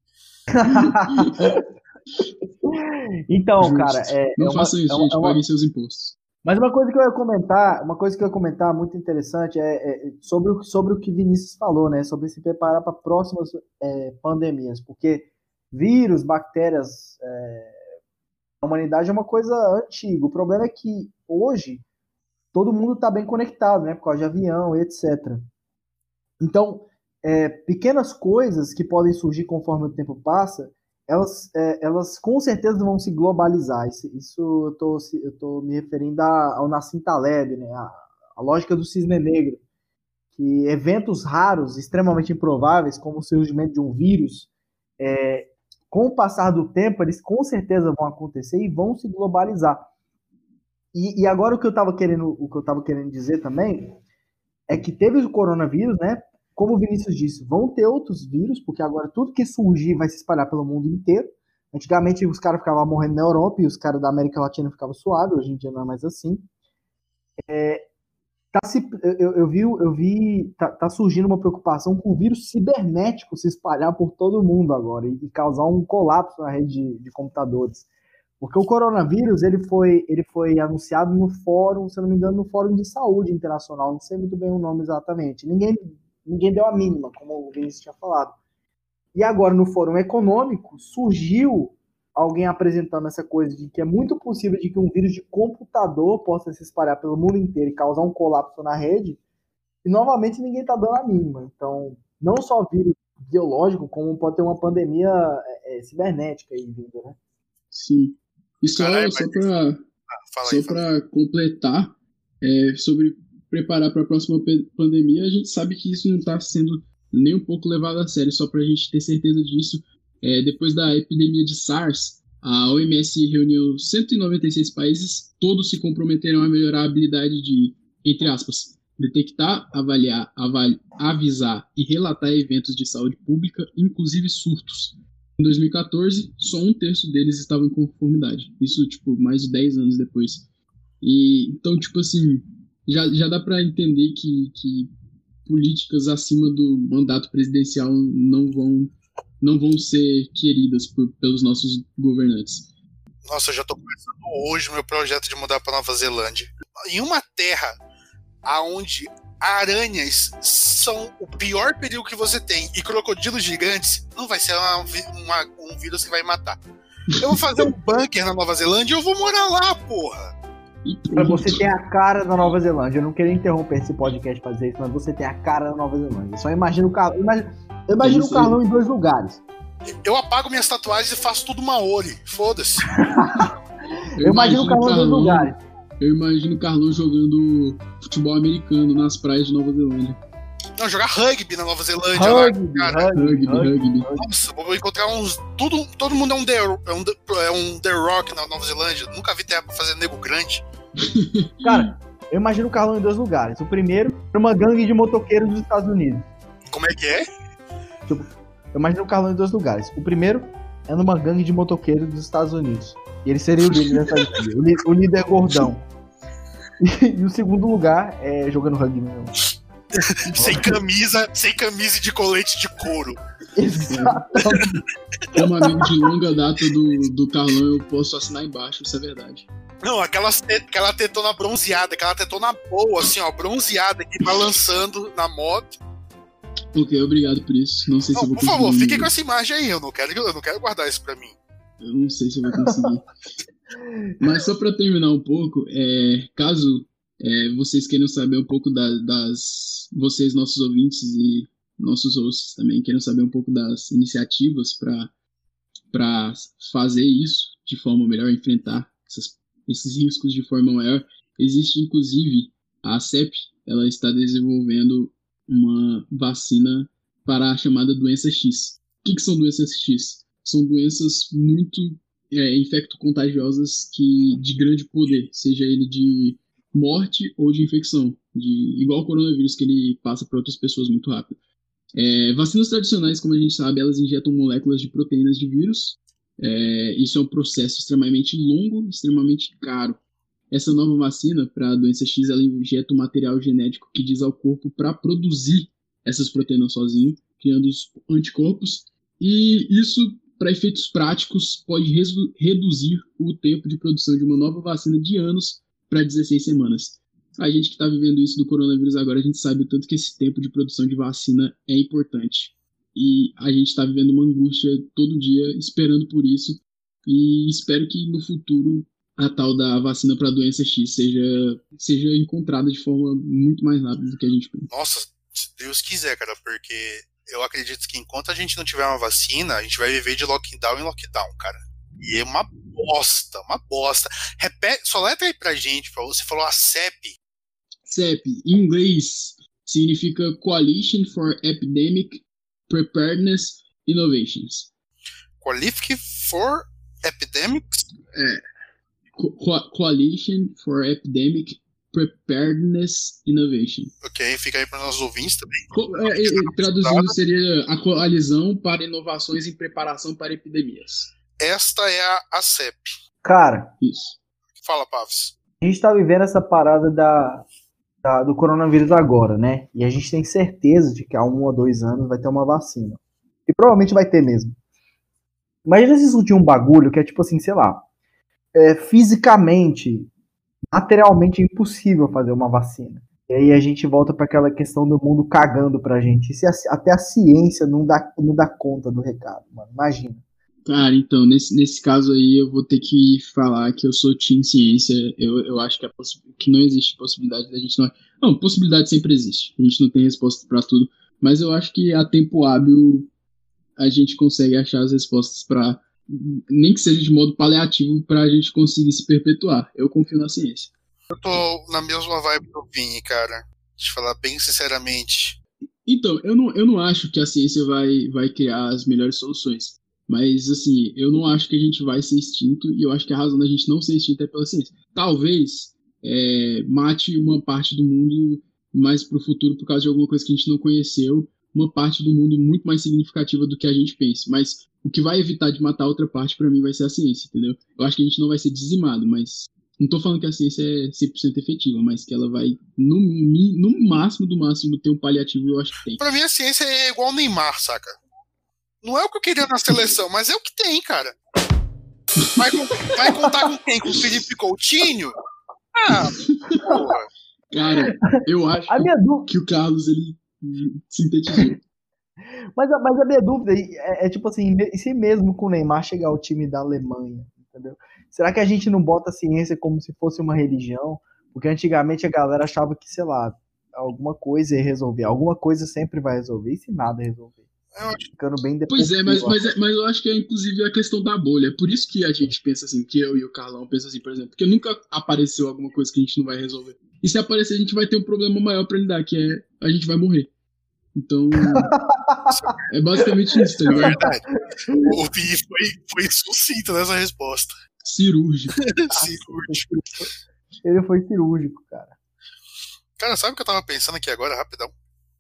Então,
Justo.
cara, é,
Não
é uma,
façam isso,
é uma-
gente,
é uma-
paguem seus impostos.
Mas uma coisa que eu ia comentar, uma coisa que eu ia comentar muito interessante é, é sobre, o, sobre o que Vinícius falou, né? Sobre se preparar para próximas é, pandemias, porque vírus, bactérias, é, a humanidade é uma coisa antiga. O problema é que hoje todo mundo está bem conectado, né? Por causa de avião e etcétera. Então, é, pequenas coisas que podem surgir conforme o tempo passa, elas, é, elas com certeza vão se globalizar. Isso, isso eu tô, eu tô me referindo a, ao Nassim Taleb, né? A, a lógica do cisne negro, que eventos raros, extremamente improváveis, como o surgimento de um vírus, é, com o passar do tempo, eles com certeza vão acontecer e vão se globalizar. E, e agora o que eu estava querendo, o que eu estava querendo dizer também é que teve o coronavírus, né? Como o Vinícius disse, vão ter outros vírus, porque agora tudo que surgir vai se espalhar pelo mundo inteiro. Antigamente os caras ficavam morrendo na Europa e os caras da América Latina ficavam suaves, hoje em dia não é mais assim. É, tá se, eu, eu vi, eu vi tá, tá surgindo uma preocupação com o vírus cibernético se espalhar por todo mundo agora e, e causar um colapso na rede de, de computadores. Porque o coronavírus ele foi, ele foi anunciado no fórum, se eu não me engano, no Fórum de Saúde Internacional, não sei muito bem o nome exatamente. Ninguém, ninguém deu a mínima, como o Vinícius tinha falado. E agora, no Fórum Econômico, surgiu alguém apresentando essa coisa de que é muito possível de que um vírus de computador possa se espalhar pelo mundo inteiro e causar um colapso na rede, e novamente ninguém está dando a mínima. Então, não só vírus biológico, como pode ter uma pandemia é, cibernética aí vindo, né?
Sim. E só,
Caralho,
só
mas-
para
Ah, fala
só
aí, fala aí.
para completar, é, sobre preparar para a próxima pe- pandemia, a gente sabe que isso não está sendo nem um pouco levado a sério. Só para a gente ter certeza disso, é, depois da epidemia de SARS, a O M S reuniu cento e noventa e seis países, todos se comprometeram a melhorar a habilidade de, entre aspas, detectar, avaliar, avali- avisar e relatar eventos de saúde pública, inclusive surtos. Em dois mil e quatorze, só um terço deles estava em conformidade. Isso, tipo, mais de dez anos depois. E, então, tipo assim, já, já dá para entender que, que políticas acima do mandato presidencial não vão, não vão ser queridas por, pelos nossos governantes.
Nossa, eu já tô começando hoje o meu projeto de mudar pra Nova Zelândia. Em uma terra aonde aranhas são o pior perigo que você tem e crocodilos gigantes, não vai ser uma, uma, um vírus que vai matar. Eu vou fazer um bunker na Nova Zelândia e eu vou morar lá, porra.
E
Mas
pronto.
você tem a cara da Nova Zelândia. Eu não queria interromper esse podcast pra dizer isso, mas você tem a cara da Nova Zelândia. Só imagina o Carlão. Imagina, eu imagino
Isso
o Carlão em dois lugares.
Eu apago minhas tatuagens e faço tudo Maori. Foda-se.
Eu imagino o Carlão em dois lugares.
Eu imagino o Carlão jogando futebol americano nas praias de Nova Zelândia.
Não, jogar rugby na Nova Zelândia. lá,
Rugby,
cara.
rugby,
Rugby,
rugby.
rugby.
Nossa, vou encontrar uns. Tudo, todo mundo é um, The, é, um, é um The Rock na Nova Zelândia. Nunca vi terra pra fazer nego grande.
Cara, eu imagino o Carlão em dois lugares. O primeiro, uma gangue de motoqueiros dos Estados Unidos.
Como é que é?
Eu imagino o Carlão em dois lugares. O primeiro é numa gangue de motoqueiros dos Estados Unidos. E ele seria o líder dessa gangue. O, li- o líder gordão. E, e o segundo lugar é jogando rugby mesmo.
Sem camisa, sem camisa e de colete de couro.
Exatamente.
Como amigo de longa data do, do Carlão, eu posso assinar embaixo, isso é verdade.
Não, aquela, aquela tetona bronzeada, aquela tetona boa, assim, ó, bronzeada aqui balançando na moto.
Ok, obrigado por isso. Não sei se
Não,
eu vou
por
conseguir.
favor, fique com essa imagem aí. Eu não quero, eu não quero guardar isso pra mim.
Eu não sei se eu vou conseguir. Mas só pra terminar um pouco, é, caso é, vocês querem saber um pouco da, das... Vocês, nossos ouvintes e nossos hosts também, querem saber um pouco das iniciativas para para fazer isso de forma melhor, enfrentar essas, esses riscos de forma maior. Existe, inclusive, a C E P, ela está desenvolvendo uma vacina para a chamada doença X. O que, que são doenças X? São doenças muito é, infecto-contagiosas que, de grande poder, seja ele de morte ou de infecção, de, igual o coronavírus, que ele passa para outras pessoas muito rápido. É, vacinas tradicionais, como a gente sabe, elas injetam moléculas de proteínas de vírus. É, isso é um processo extremamente longo, extremamente caro. Essa nova vacina para a doença X, ela injeta um material genético que diz ao corpo para produzir essas proteínas sozinho, criando os anticorpos. E isso, para efeitos práticos, pode resu- reduzir o tempo de produção de uma nova vacina de anos para dezesseis semanas. A gente que está vivendo isso do coronavírus agora, a gente sabe o tanto que esse tempo de produção de vacina é importante. E a gente está vivendo uma angústia todo dia, esperando por isso. E espero que no futuro a tal da vacina para a doença X seja, seja encontrada de forma muito mais rápida do que a gente pensa.
Nossa, se Deus quiser, cara, porque eu acredito que enquanto a gente não tiver uma vacina, a gente vai viver de lockdown em lockdown, cara. E é uma bosta, uma bosta. Repete, só letra aí pra gente, você falou a C E P.
C E P, em inglês, significa Coalition for Epidemic Preparedness Innovations.
Coalition for Epidemics?
É. Co- Coalition for Epidemic Preparedness Innovation.
Ok, fica aí para nossos ouvintes também.
Co- é, é, traduzindo, seria a Coalizão para Inovações em Preparação para Epidemias.
Esta é a, a C E P.
Cara,
isso.
Fala, Pavs.
A gente tá vivendo essa parada da, da, do coronavírus agora, né? E a gente tem certeza de que há um ou dois anos vai ter uma vacina. E provavelmente vai ter mesmo. Imagina se surgir um bagulho que é tipo assim, sei lá, é fisicamente, materialmente impossível fazer uma vacina. E aí a gente volta para aquela questão do mundo cagando pra gente. E se a, até a ciência não dá, não dá conta do recado, mano. Imagina.
Cara, então, nesse, nesse caso aí eu vou ter que falar que eu sou team ciência. Eu, eu acho que, a possi- que não existe possibilidade da gente não... Não, possibilidade sempre existe. A gente não tem resposta pra tudo. Mas eu acho que a tempo hábil a gente consegue achar as respostas pra... Nem que seja de modo paliativo pra gente conseguir se perpetuar. Eu confio na ciência.
Eu tô na mesma vibe do Vini, cara. Deixa eu falar bem sinceramente.
Então, eu não, eu não acho que a ciência vai, vai criar as melhores soluções. Mas, assim, eu não acho que a gente vai ser extinto, e eu acho que a razão da gente não ser extinto é pela ciência. Talvez é, mate uma parte do mundo mais pro futuro por causa de alguma coisa que a gente não conheceu, uma parte do mundo muito mais significativa do que a gente pense. Mas o que vai evitar de matar outra parte, pra mim, vai ser a ciência, entendeu? Eu acho que a gente não vai ser dizimado, mas... Não tô falando que a ciência é cem por cento efetiva, mas que ela vai, no, mi- no máximo do máximo, ter um paliativo, eu acho que tem.
Pra mim a ciência é igual o Neymar, saca? Não é o que eu queria na seleção, mas é o que tem, cara. Vai, vai contar com quem? Com o Felipe Coutinho? Ah, porra.
Cara, eu acho
A minha dú-
que o Carlos, ele sintetizou.
Mas, a- mas a minha dúvida é, é tipo assim, e se mesmo com o Neymar chegar ao time da Alemanha, entendeu? Será que a gente não bota a ciência como se fosse uma religião? Porque antigamente a galera achava que, sei lá, alguma coisa ia resolver. Alguma coisa sempre vai resolver, e se nada resolver?
Eu acho-
Ficando bem
Pois é, mas,
depressivo,
mas, é- mas eu acho que é inclusive a questão da bolha. É por isso que a gente pensa assim, que eu e o Carlão pensam assim, por exemplo, porque nunca apareceu alguma coisa que a gente não vai resolver. E se aparecer, a gente vai ter um problema maior pra lidar, que é a gente vai morrer. Então, é basicamente isso, tá
É
ligado?
verdade. O Vini foi, foi sucinto nessa resposta.
Cirúrgico.
Cirúrgico.
Ele foi cirúrgico, cara.
Cara, sabe o que eu tava pensando aqui agora, rapidão?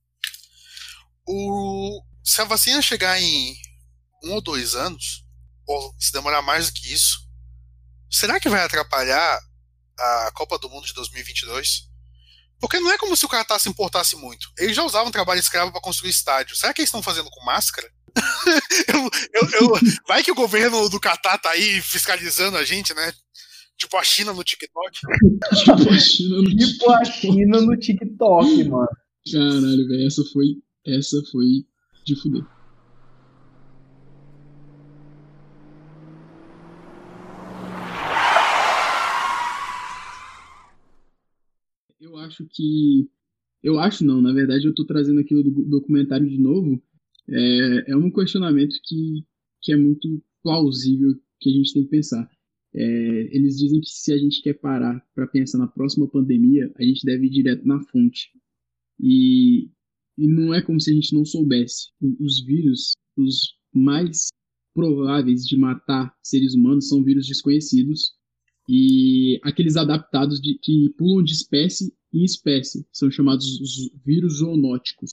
O... Se a vacina chegar em um ou dois anos, ou se demorar mais do que isso, será que vai atrapalhar a Copa do Mundo de dois mil e vinte e dois? Porque não é como se o Qatar se importasse muito. Eles já usavam trabalho escravo para construir estádio. Será que eles estão fazendo com máscara? eu, eu, eu... Vai que o governo do Qatar tá aí fiscalizando a gente, né? Tipo a China no TikTok.
Tipo a China no
Tipo a China no TikTok, mano.
Caralho, velho, essa foi, essa foi de fuder. Eu acho que. Eu acho não, na verdade eu tô trazendo aquilo do documentário de novo. É, é um questionamento que, que é muito plausível que a gente tem que pensar. É, eles dizem que se a gente quer parar para pensar na próxima pandemia, a gente deve ir direto na fonte. E, e não é como se a gente não soubesse. Os vírus, os mais prováveis de matar seres humanos são vírus desconhecidos e aqueles adaptados de, que pulam de espécie em espécie, são chamados os vírus zoonóticos.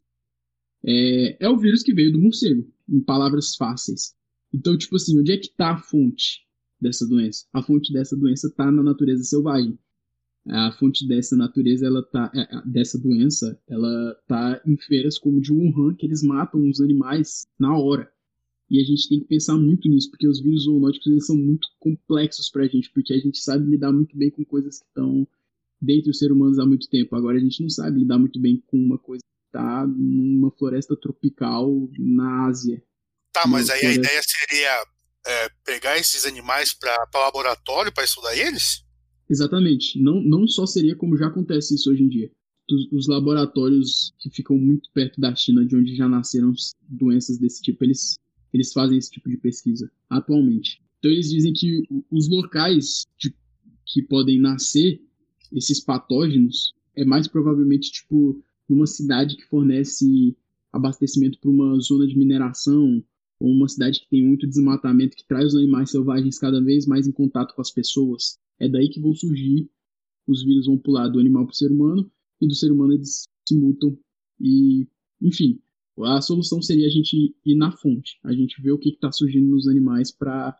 É, é o vírus que veio do morcego, em palavras fáceis. Então, tipo assim, onde é que está a fonte dessa doença? A fonte dessa doença está na natureza selvagem. A fonte dessa natureza, ela tá, dessa doença, ela tá em feiras como de Wuhan, que eles matam os animais na hora. E a gente tem que pensar muito nisso, porque os vírus zoonóticos eles são muito complexos pra gente, porque a gente sabe lidar muito bem com coisas que estão dentro dos seres humanos há muito tempo. Agora a gente não sabe lidar muito bem com uma coisa que tá numa floresta tropical na Ásia.
Tá, mas aí floresta... a ideia seria é, pegar esses animais para laboratório para estudar eles?
Exatamente. Não, não só seria como já acontece isso hoje em dia. Os, os laboratórios que ficam muito perto da China, de onde já nasceram doenças desse tipo, eles, eles fazem esse tipo de pesquisa atualmente. Então eles dizem que os locais de, que podem nascer esses patógenos é mais provavelmente tipo numa cidade que fornece abastecimento para uma zona de mineração ou uma cidade que tem muito desmatamento, que traz os animais selvagens cada vez mais em contato com as pessoas. É daí que vão surgir, os vírus vão pular do animal para o ser humano, e do ser humano eles se mutam. E, enfim, a solução seria a gente ir na fonte, a gente ver o que está surgindo nos animais para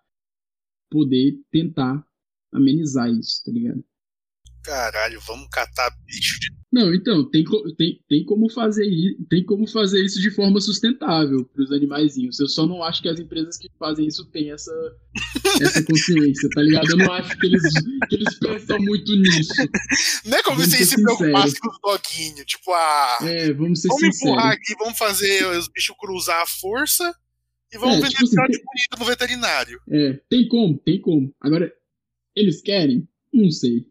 poder tentar amenizar isso, tá ligado?
Caralho, vamos catar bicho de...
Não, então, tem, tem, tem, como fazer, tem como fazer isso de forma sustentável para os animaizinhos. Eu só não acho que as empresas que fazem isso têm essa, essa consciência, tá ligado? Eu não acho que eles, que eles pensam muito nisso.
Não é como se eles se preocupassem com os doguinhos. Tipo, ah,
é, vamos ser
vamos
sinceros.
empurrar aqui, vamos fazer os bichos cruzar a força e vamos
é,
vender
tipo assim,
de
tem...
bonito no veterinário.
É, tem como, tem como. Agora, eles querem? Não sei.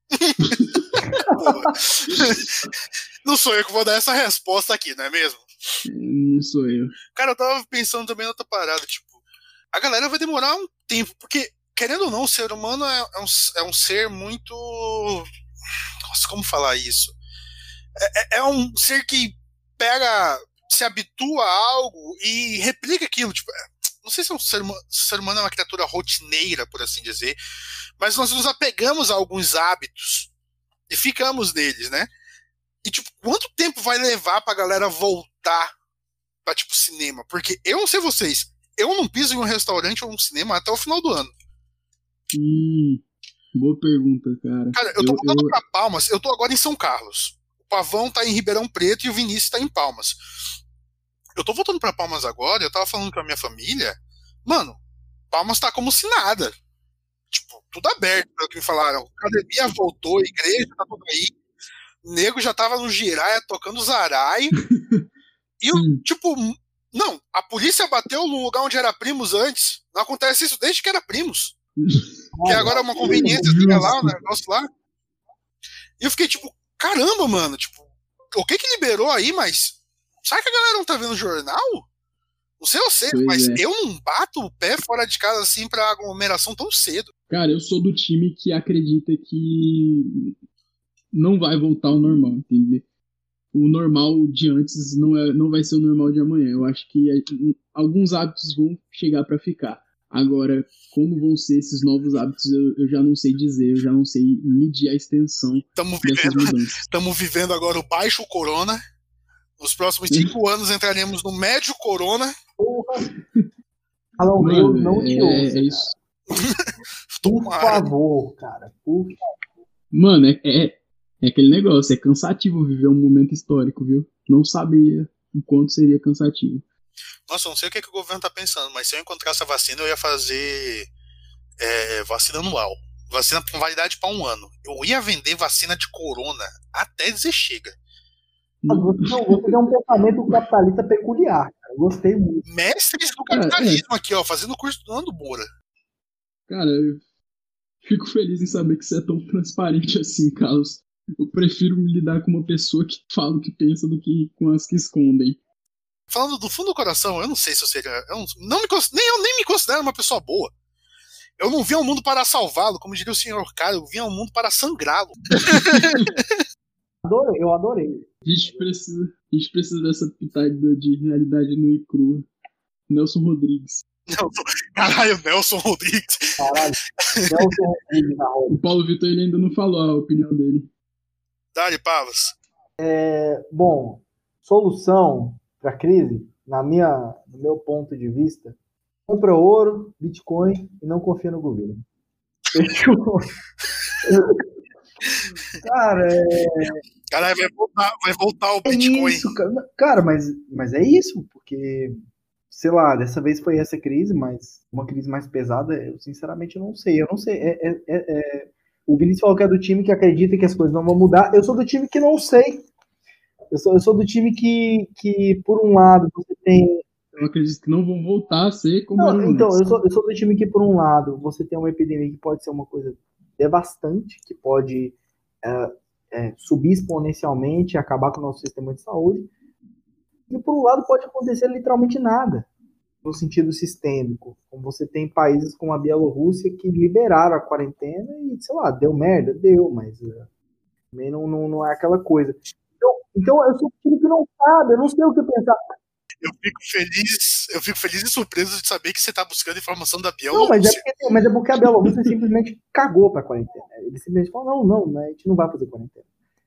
Não sou eu que vou dar essa resposta aqui, não é mesmo?
Não sou eu.
Cara, eu tava pensando também em outra parada, tipo, a galera vai demorar um tempo, porque, querendo ou não, o ser humano é, é, um, é um ser muito... Nossa, como falar isso? É, é um ser que pega, se habitua a algo e replica aquilo, tipo, não sei se é um ser, humano, ser humano é uma criatura rotineira, por assim dizer, mas nós nos apegamos a alguns hábitos e ficamos neles, né? E, tipo, quanto tempo vai levar pra galera voltar pra, tipo, cinema? Porque eu não sei vocês, eu não piso em um restaurante ou um cinema até o final do ano.
Hum, boa pergunta, cara.
Cara, eu tô
eu,
voltando
eu...
pra Palmas, eu tô agora em São Carlos. O Pavão tá em Ribeirão Preto e o Vinícius tá em Palmas. Eu tô voltando pra Palmas agora, eu tava falando com a minha família, mano, Palmas tá como se nada. Tipo, tudo aberto, pelo que me falaram. A academia voltou, a igreja tá tudo aí. O nego já tava no giraia tocando zaraio. E eu, tipo, não, a polícia bateu no lugar onde era Primos antes. Não acontece isso desde que era Primos. Que agora é uma conveniência lá, um negócio lá. E eu fiquei tipo, caramba, mano, tipo, o que que liberou aí, mas será que a galera não tá vendo o jornal? Não sei você, pois mas é. Eu não bato o pé fora de casa assim pra aglomeração tão cedo.
Cara, eu sou do time que acredita que não vai voltar ao normal, entendeu? O normal de antes não, é, não vai ser o normal de amanhã. Eu acho que alguns hábitos vão chegar pra ficar. Agora, como vão ser esses novos hábitos, eu, eu já não sei dizer, eu já não sei medir a extensão
tamo
dessas
vivendo,
mudanças.
Estamos vivendo agora o baixo corona. Nos próximos cinco anos entraremos no médio corona.
Alô, eu não te
é,
ouço,
é isso.
Por favor, cara. Por favor.
Mano, é, é, é aquele negócio, é cansativo viver um momento histórico, viu? Não sabia o quanto seria cansativo.
Nossa, eu não sei o que, que o governo tá pensando, mas se eu encontrasse a vacina, eu ia fazer é, vacina anual. Vacina com validade para um ano. Eu ia vender vacina de corona até dizer chega.
Você, não, você tem um pensamento capitalista peculiar, cara. Gostei muito.
Mestres do capitalismo é, é. aqui, ó, fazendo curso do Nando Moura.
Cara, eu fico feliz em saber que você é tão transparente assim, Carlos. Eu prefiro lidar com uma pessoa que fala o que pensa do que com as que escondem.
Falando do fundo do coração, eu não sei se eu seria. Eu não, não me, nem, eu nem me considero uma pessoa boa. Eu não vim ao mundo para salvá-lo, como diria o senhor Cara, eu vim ao mundo para sangrá-lo.
Adorei, eu adorei.
A gente precisa, a gente precisa dessa pitada de realidade nua e crua. Nelson Rodrigues.
Nelson, caralho, Nelson Rodrigues.
Caralho, Nelson Rodrigues na roda.
O Paulo Vitor ele ainda não falou a opinião dele.
Dá-lhe, Pavas.
É, bom, solução para a crise, na minha, no meu ponto de vista, compra ouro, Bitcoin e não confia no governo. Fechou? Cara, é...
Caralho, vai voltar, vai voltar o
é
Bitcoin.
Isso, cara. Cara, mas, mas é isso, porque, sei lá, dessa vez foi essa crise, mas uma crise mais pesada, eu sinceramente não sei. Eu não sei. É, é, é, é... O Vinícius falou que é do time que acredita que as coisas não vão mudar. Eu sou do time que não sei. Eu sou, eu sou do time que, que, por um lado, você tem.
Eu acredito que não vão voltar a ser como
Não,
eram
então,
antes.
eu sou, eu sou do time que, por um lado, você tem uma epidemia que pode ser uma coisa devastante, que pode é, é, subir exponencialmente e acabar com o nosso sistema de saúde. E, por um lado, pode acontecer literalmente nada, no sentido sistêmico. Como você tem países como a Bielorrússia que liberaram a quarentena e, sei lá, deu merda? Deu, mas é, também não, não, não é aquela coisa. Então, então, eu sou do time que não sabe, eu não sei o que pensar.
Eu fico feliz, eu fico feliz e surpreso de saber que você tá buscando informação da
Não, mas é
Bielorrússia.
porque, mas é porque a Bielorrússia simplesmente cagou pra quarentena. Ele simplesmente falou, não, não, a gente não vai fazer quarentena.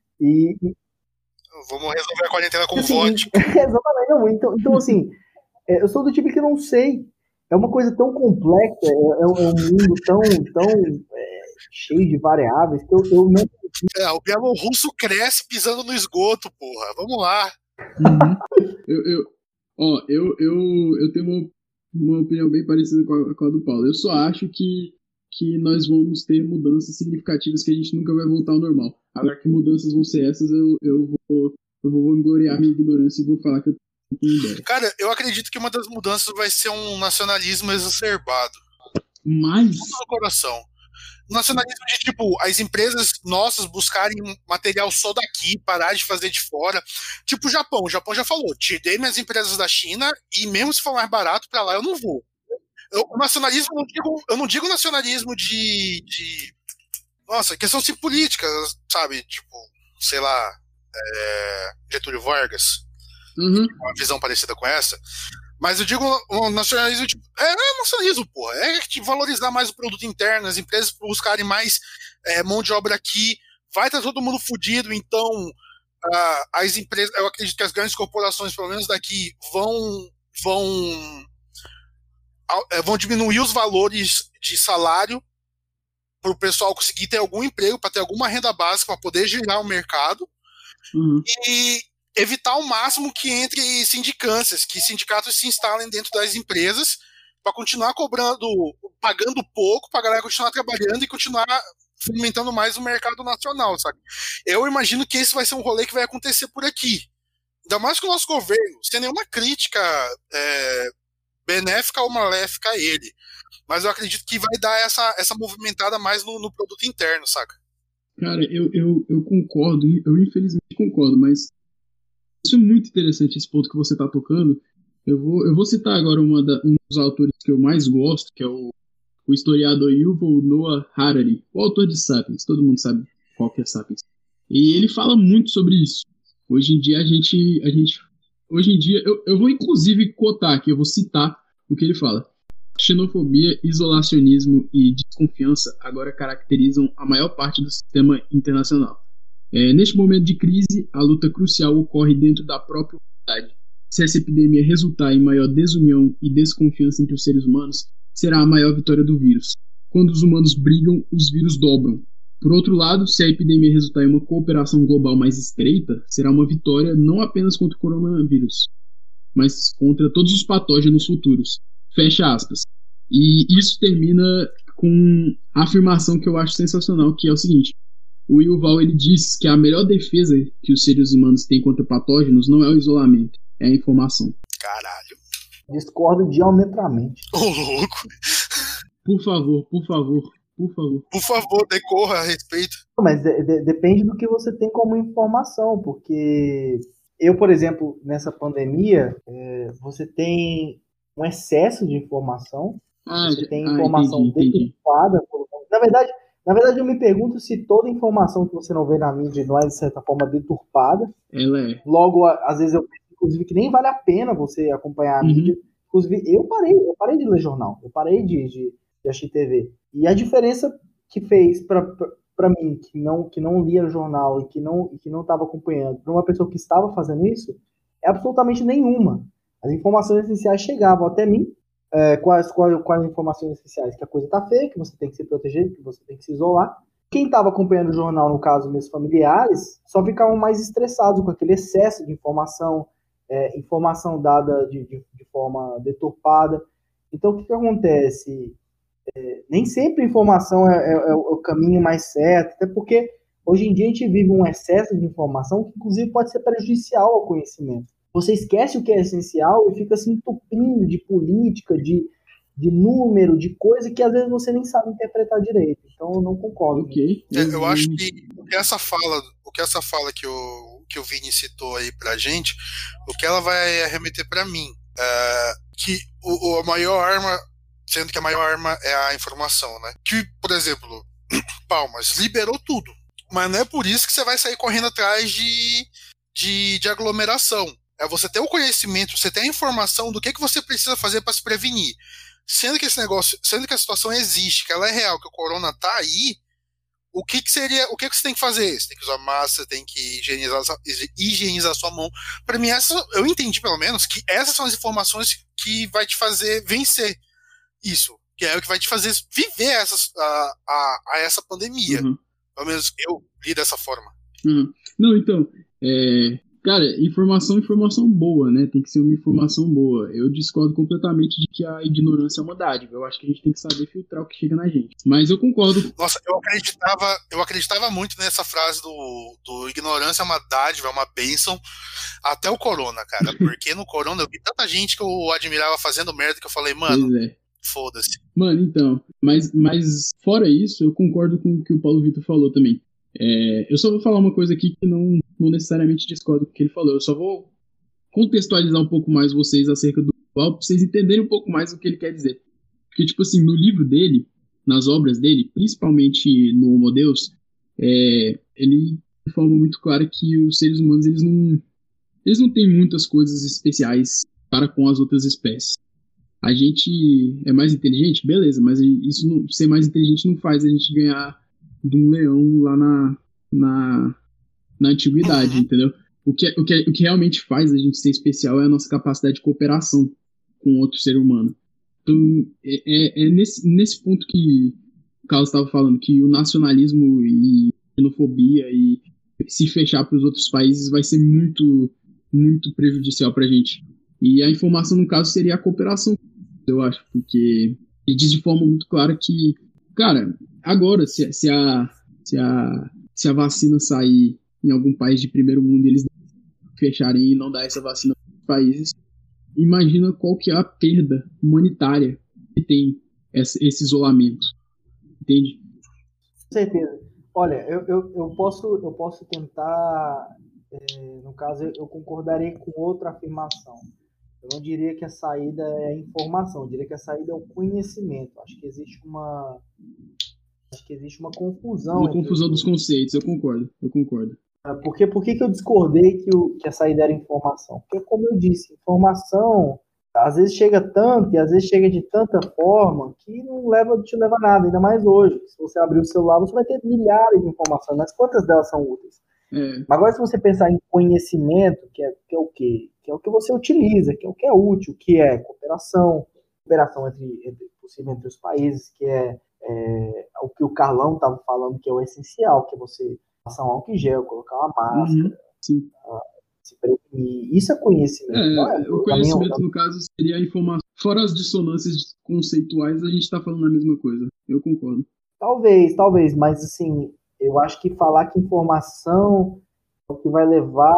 E, e
Vamos resolver a quarentena com
assim,
vodka.
exatamente, não, então, então assim, é, eu sou do tipo que não sei. É uma coisa tão complexa, é, é um é um mundo tão, tão é, cheio de variáveis que eu, eu não...
É, o bielorrusso cresce pisando no esgoto, porra. Vamos lá.
Uhum. Eu, eu, ó, eu, eu, eu tenho uma, uma opinião bem parecida com a, com a do Paulo. Eu só acho que, que nós vamos ter mudanças significativas que a gente nunca vai voltar ao normal. Agora, que mudanças vão ser essas, eu, eu, vou, eu vou vangloriar minha ignorância e vou falar que eu tenho ideia.
Cara, eu acredito que uma das mudanças vai ser um nacionalismo exacerbado.
Mas...
Tudo no coração. Nacionalismo de, tipo, as empresas nossas buscarem material só daqui, parar de fazer de fora. Tipo o Japão. O Japão já falou, tirei minhas empresas da China e mesmo se for mais barato pra lá, eu não vou. Eu, o nacionalismo, eu não digo, eu não digo nacionalismo de, de... Nossa, questão assim, política, sabe? Tipo, sei lá, é, Getúlio Vargas.
Uhum.
Uma visão parecida com essa. Mas eu digo um nacionalismo, tipo, é, é nacionalismo, porra. É de valorizar mais o produto interno, as empresas buscarem mais é, mão de obra aqui. Vai estar todo mundo fudido, então uh, as empresas, eu acredito que as grandes corporações, pelo menos daqui, vão vão, vão diminuir os valores de salário para o pessoal conseguir ter algum emprego, para ter alguma renda básica, para poder girar o mercado.
Uhum.
E evitar ao máximo que entre sindicâncias, que sindicatos se instalem dentro das empresas para continuar cobrando, pagando pouco, para a galera continuar trabalhando e continuar fomentando mais o mercado nacional, sabe? Eu imagino que esse vai ser um rolê que vai acontecer por aqui. Ainda mais que o nosso governo, sem nenhuma crítica é, benéfica ou maléfica a ele. Mas eu acredito que vai dar essa, essa movimentada mais no, no produto interno, saca?
Cara, eu, eu, eu concordo, eu infelizmente concordo, mas isso é muito interessante, esse ponto que você está tocando. Eu vou, eu vou citar agora uma da, um dos autores que eu mais gosto, que é o, o historiador Yuval Noah Harari, o autor de Sapiens. Todo mundo sabe qual que é Sapiens. E ele fala muito sobre isso. Hoje em dia a gente... A gente hoje em dia, eu, eu vou inclusive cotar aqui, eu vou citar o que ele fala. Xenofobia, isolacionismo e desconfiança agora caracterizam a maior parte do sistema internacional. É, neste momento de crise, a luta crucial ocorre dentro da própria humanidade. Se essa epidemia resultar em maior desunião e desconfiança entre os seres humanos, será a maior vitória do vírus. Quando os humanos brigam, os vírus dobram. Por outro lado, se a epidemia resultar em uma cooperação global mais estreita, será uma vitória não apenas contra o coronavírus, mas contra todos os patógenos futuros. Fecha aspas. E isso termina com a afirmação que eu acho sensacional, que é o seguinte: o Yuval, ele diz que a melhor defesa que os seres humanos têm contra patógenos não é o isolamento, é a informação.
Caralho.
Discordo diametralmente.
Ô, louco.
Por favor, por favor, por favor.
Por favor, decorra a respeito.
Mas de- de- depende do que você tem como informação, porque eu, por exemplo, nessa pandemia, é, você tem um excesso de informação,
Ah,
você
já-
tem
ah, entendi,
informação
entendi.
deturpada. por- Na verdade, na verdade, eu me pergunto se toda informação que você não vê na mídia não é, de certa forma, deturpada.
Ela é.
Logo, a- às vezes eu penso, inclusive, que nem vale a pena você acompanhar a
Uhum.
mídia. Inclusive, eu parei, eu parei de ler jornal, eu parei de, de, de assistir T V. E a diferença que fez para mim, que não, que não lia jornal e que não e que não estava acompanhando, para uma pessoa que estava fazendo isso, é absolutamente nenhuma. As informações essenciais chegavam até mim. É, quais, quais, quais informações essenciais? Que a coisa está feia, que você tem que se proteger, que você tem que se isolar. Quem estava acompanhando o jornal, no caso, meus familiares, só ficavam mais estressados com aquele excesso de informação, é, informação dada de, de, de forma deturpada. Então, o que, que acontece? É, nem sempre a informação é, é, é o caminho mais certo, até porque hoje em dia a gente vive um excesso de informação que, inclusive, pode ser prejudicial ao conhecimento. Você esquece o que é essencial e fica se entupindo de política, de, de número, de coisa que às vezes você nem sabe interpretar direito. Então, eu não concordo.
Ok.
É, eu acho que o que essa fala, o que essa fala que o, que o Vini citou aí pra gente, o que ela vai arremeter pra mim, é que o, o- a maior arma, sendo que a maior arma é a informação, né? Que, por exemplo, Palmas liberou tudo, mas não é por isso que você vai sair correndo atrás de, de, de aglomeração. É você ter o conhecimento, você ter a informação do que, que você precisa fazer para se prevenir. Sendo que esse negócio, sendo que a situação existe, que ela é real, que o corona tá aí, o que, que seria, o que, que você tem que fazer? Você tem que usar máscara, tem que higienizar, higienizar sua mão. Para mim, essa, eu entendi pelo menos que essas são as informações que vai te fazer vencer isso, que é o que vai te fazer viver essas, a, a, a essa pandemia.
Uhum.
Pelo menos eu li dessa forma.
Uhum. Não, então, é, cara, informação, informação boa, né? Tem que ser uma informação boa. Eu discordo completamente de que a ignorância é uma dádiva. Eu acho que a gente tem que saber filtrar o que chega na gente. Mas eu concordo.
Nossa, eu acreditava, eu acreditava muito nessa frase do, do ignorância é uma dádiva, é uma bênção, até o corona, cara. Porque no corona eu vi tanta gente que eu admirava fazendo merda que eu falei, mano,
Pois é.
foda-se.
Mano, então, mas, mas fora isso, eu concordo com o que o Paulo Vitor falou também. É, eu só vou falar uma coisa aqui que não, não necessariamente discordo com o que ele falou. Eu só vou contextualizar um pouco mais vocês acerca do Paulo, pra vocês entenderem um pouco mais o que ele quer dizer. Porque, tipo assim, no livro dele, nas obras dele, principalmente no Homo Deus, é, ele de forma muito clara que os seres humanos, eles não, eles não têm muitas coisas especiais para com as outras espécies. A gente é mais inteligente? Beleza, mas isso não, ser mais inteligente não faz a gente ganhar de um leão lá na, na, na antiguidade,
Uhum.
entendeu? O que, o, que, o que realmente faz a gente ser especial é a nossa capacidade de cooperação com outro ser humano. Então, é, é, é nesse, nesse ponto que o Carlos estava falando, que o nacionalismo e xenofobia e se fechar para os outros países vai ser muito, muito prejudicial para a gente. E a informação, no caso, seria a cooperação, eu acho, porque ele diz de forma muito clara que, cara, agora, se, se, a, se, a, se a vacina sair em algum país de primeiro mundo e eles fecharem e não dar essa vacina para os países, imagina qual que é a perda humanitária que tem esse, esse isolamento, entende?
Com certeza. Olha, eu, eu, eu, posso, eu posso tentar, é, no caso, eu concordarei com outra afirmação. Eu não diria que a saída é a informação, eu diria que a saída é o conhecimento. Acho que existe uma, acho que existe uma confusão.
Uma
entre
confusão
os
dos conceitos, eu concordo, eu concordo.
Por que, por que, que eu discordei que, o, que a saída era informação? Porque, como eu disse, informação às vezes chega tanto e às vezes chega de tanta forma que não leva, te leva a nada, ainda mais hoje. Se você abrir o celular, você vai ter milhares de informações, mas quantas delas são úteis?
É.
Mas agora, se você pensar em conhecimento, que é, que é o quê? Que é o que você utiliza, que é o que é útil, que é cooperação, cooperação entre, entre, possível entre os países, que é, é o que o Carlão estava falando, que é o essencial, que é você passar um álcool em gel, colocar uma máscara,
Uhum, sim.
se prevenir. Isso é conhecimento.
É,
não é,
o conhecimento, minha... no caso, seria a informação. Fora as dissonâncias conceituais, a gente está falando a mesma coisa. Eu concordo.
Talvez, talvez, mas assim, eu acho que falar que informação é o que vai levar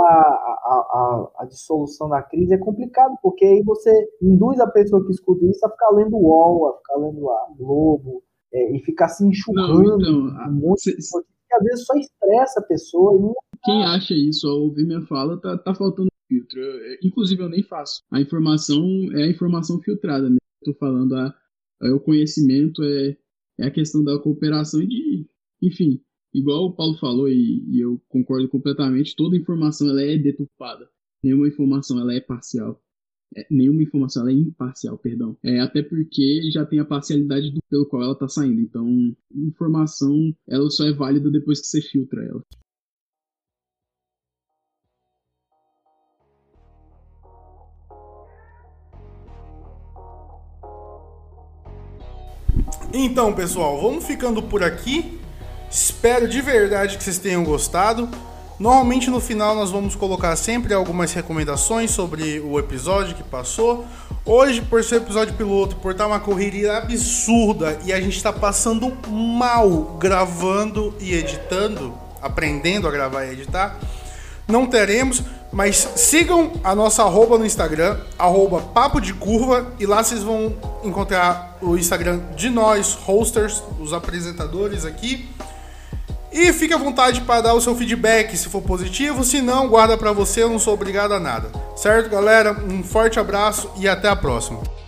à a, a, a dissolução da crise é complicado, porque aí você induz a pessoa que escuta isso a ficar lendo o U O L, a ficar lendo a Globo, é, e ficar se enxurrando
não, então,
um monte
cê,
de coisa que às vezes só estressa a pessoa. E não...
Quem acha isso ao ouvir minha fala, tá, tá faltando filtro. Eu, inclusive, eu nem faço. A informação é a informação filtrada, né? Eu tô falando, a, a, o conhecimento é, é a questão da cooperação e de, enfim, igual o Paulo falou, e, e eu concordo completamente, toda informação ela é deturpada. Nenhuma informação ela é parcial. É, nenhuma informação ela é imparcial, perdão. É, até porque já tem a parcialidade do, pelo qual ela está saindo. Então, informação ela só é válida depois que você filtra ela.
Então, pessoal, vamos ficando por aqui. Espero de verdade que vocês tenham gostado. Normalmente no final nós vamos colocar sempre algumas recomendações sobre o episódio que passou. Hoje, por ser episódio piloto, por estar uma correria absurda e a gente está passando mal gravando e editando, aprendendo a gravar e editar, não teremos, mas sigam a nossa arroba no Instagram, arroba Papo de Curva, e lá vocês vão encontrar o Instagram de nós, hosters, os apresentadores aqui. E fique à vontade para dar o seu feedback se for positivo, se não, guarda para você, eu não sou obrigado a nada. Certo, galera? Um forte abraço e até a próxima.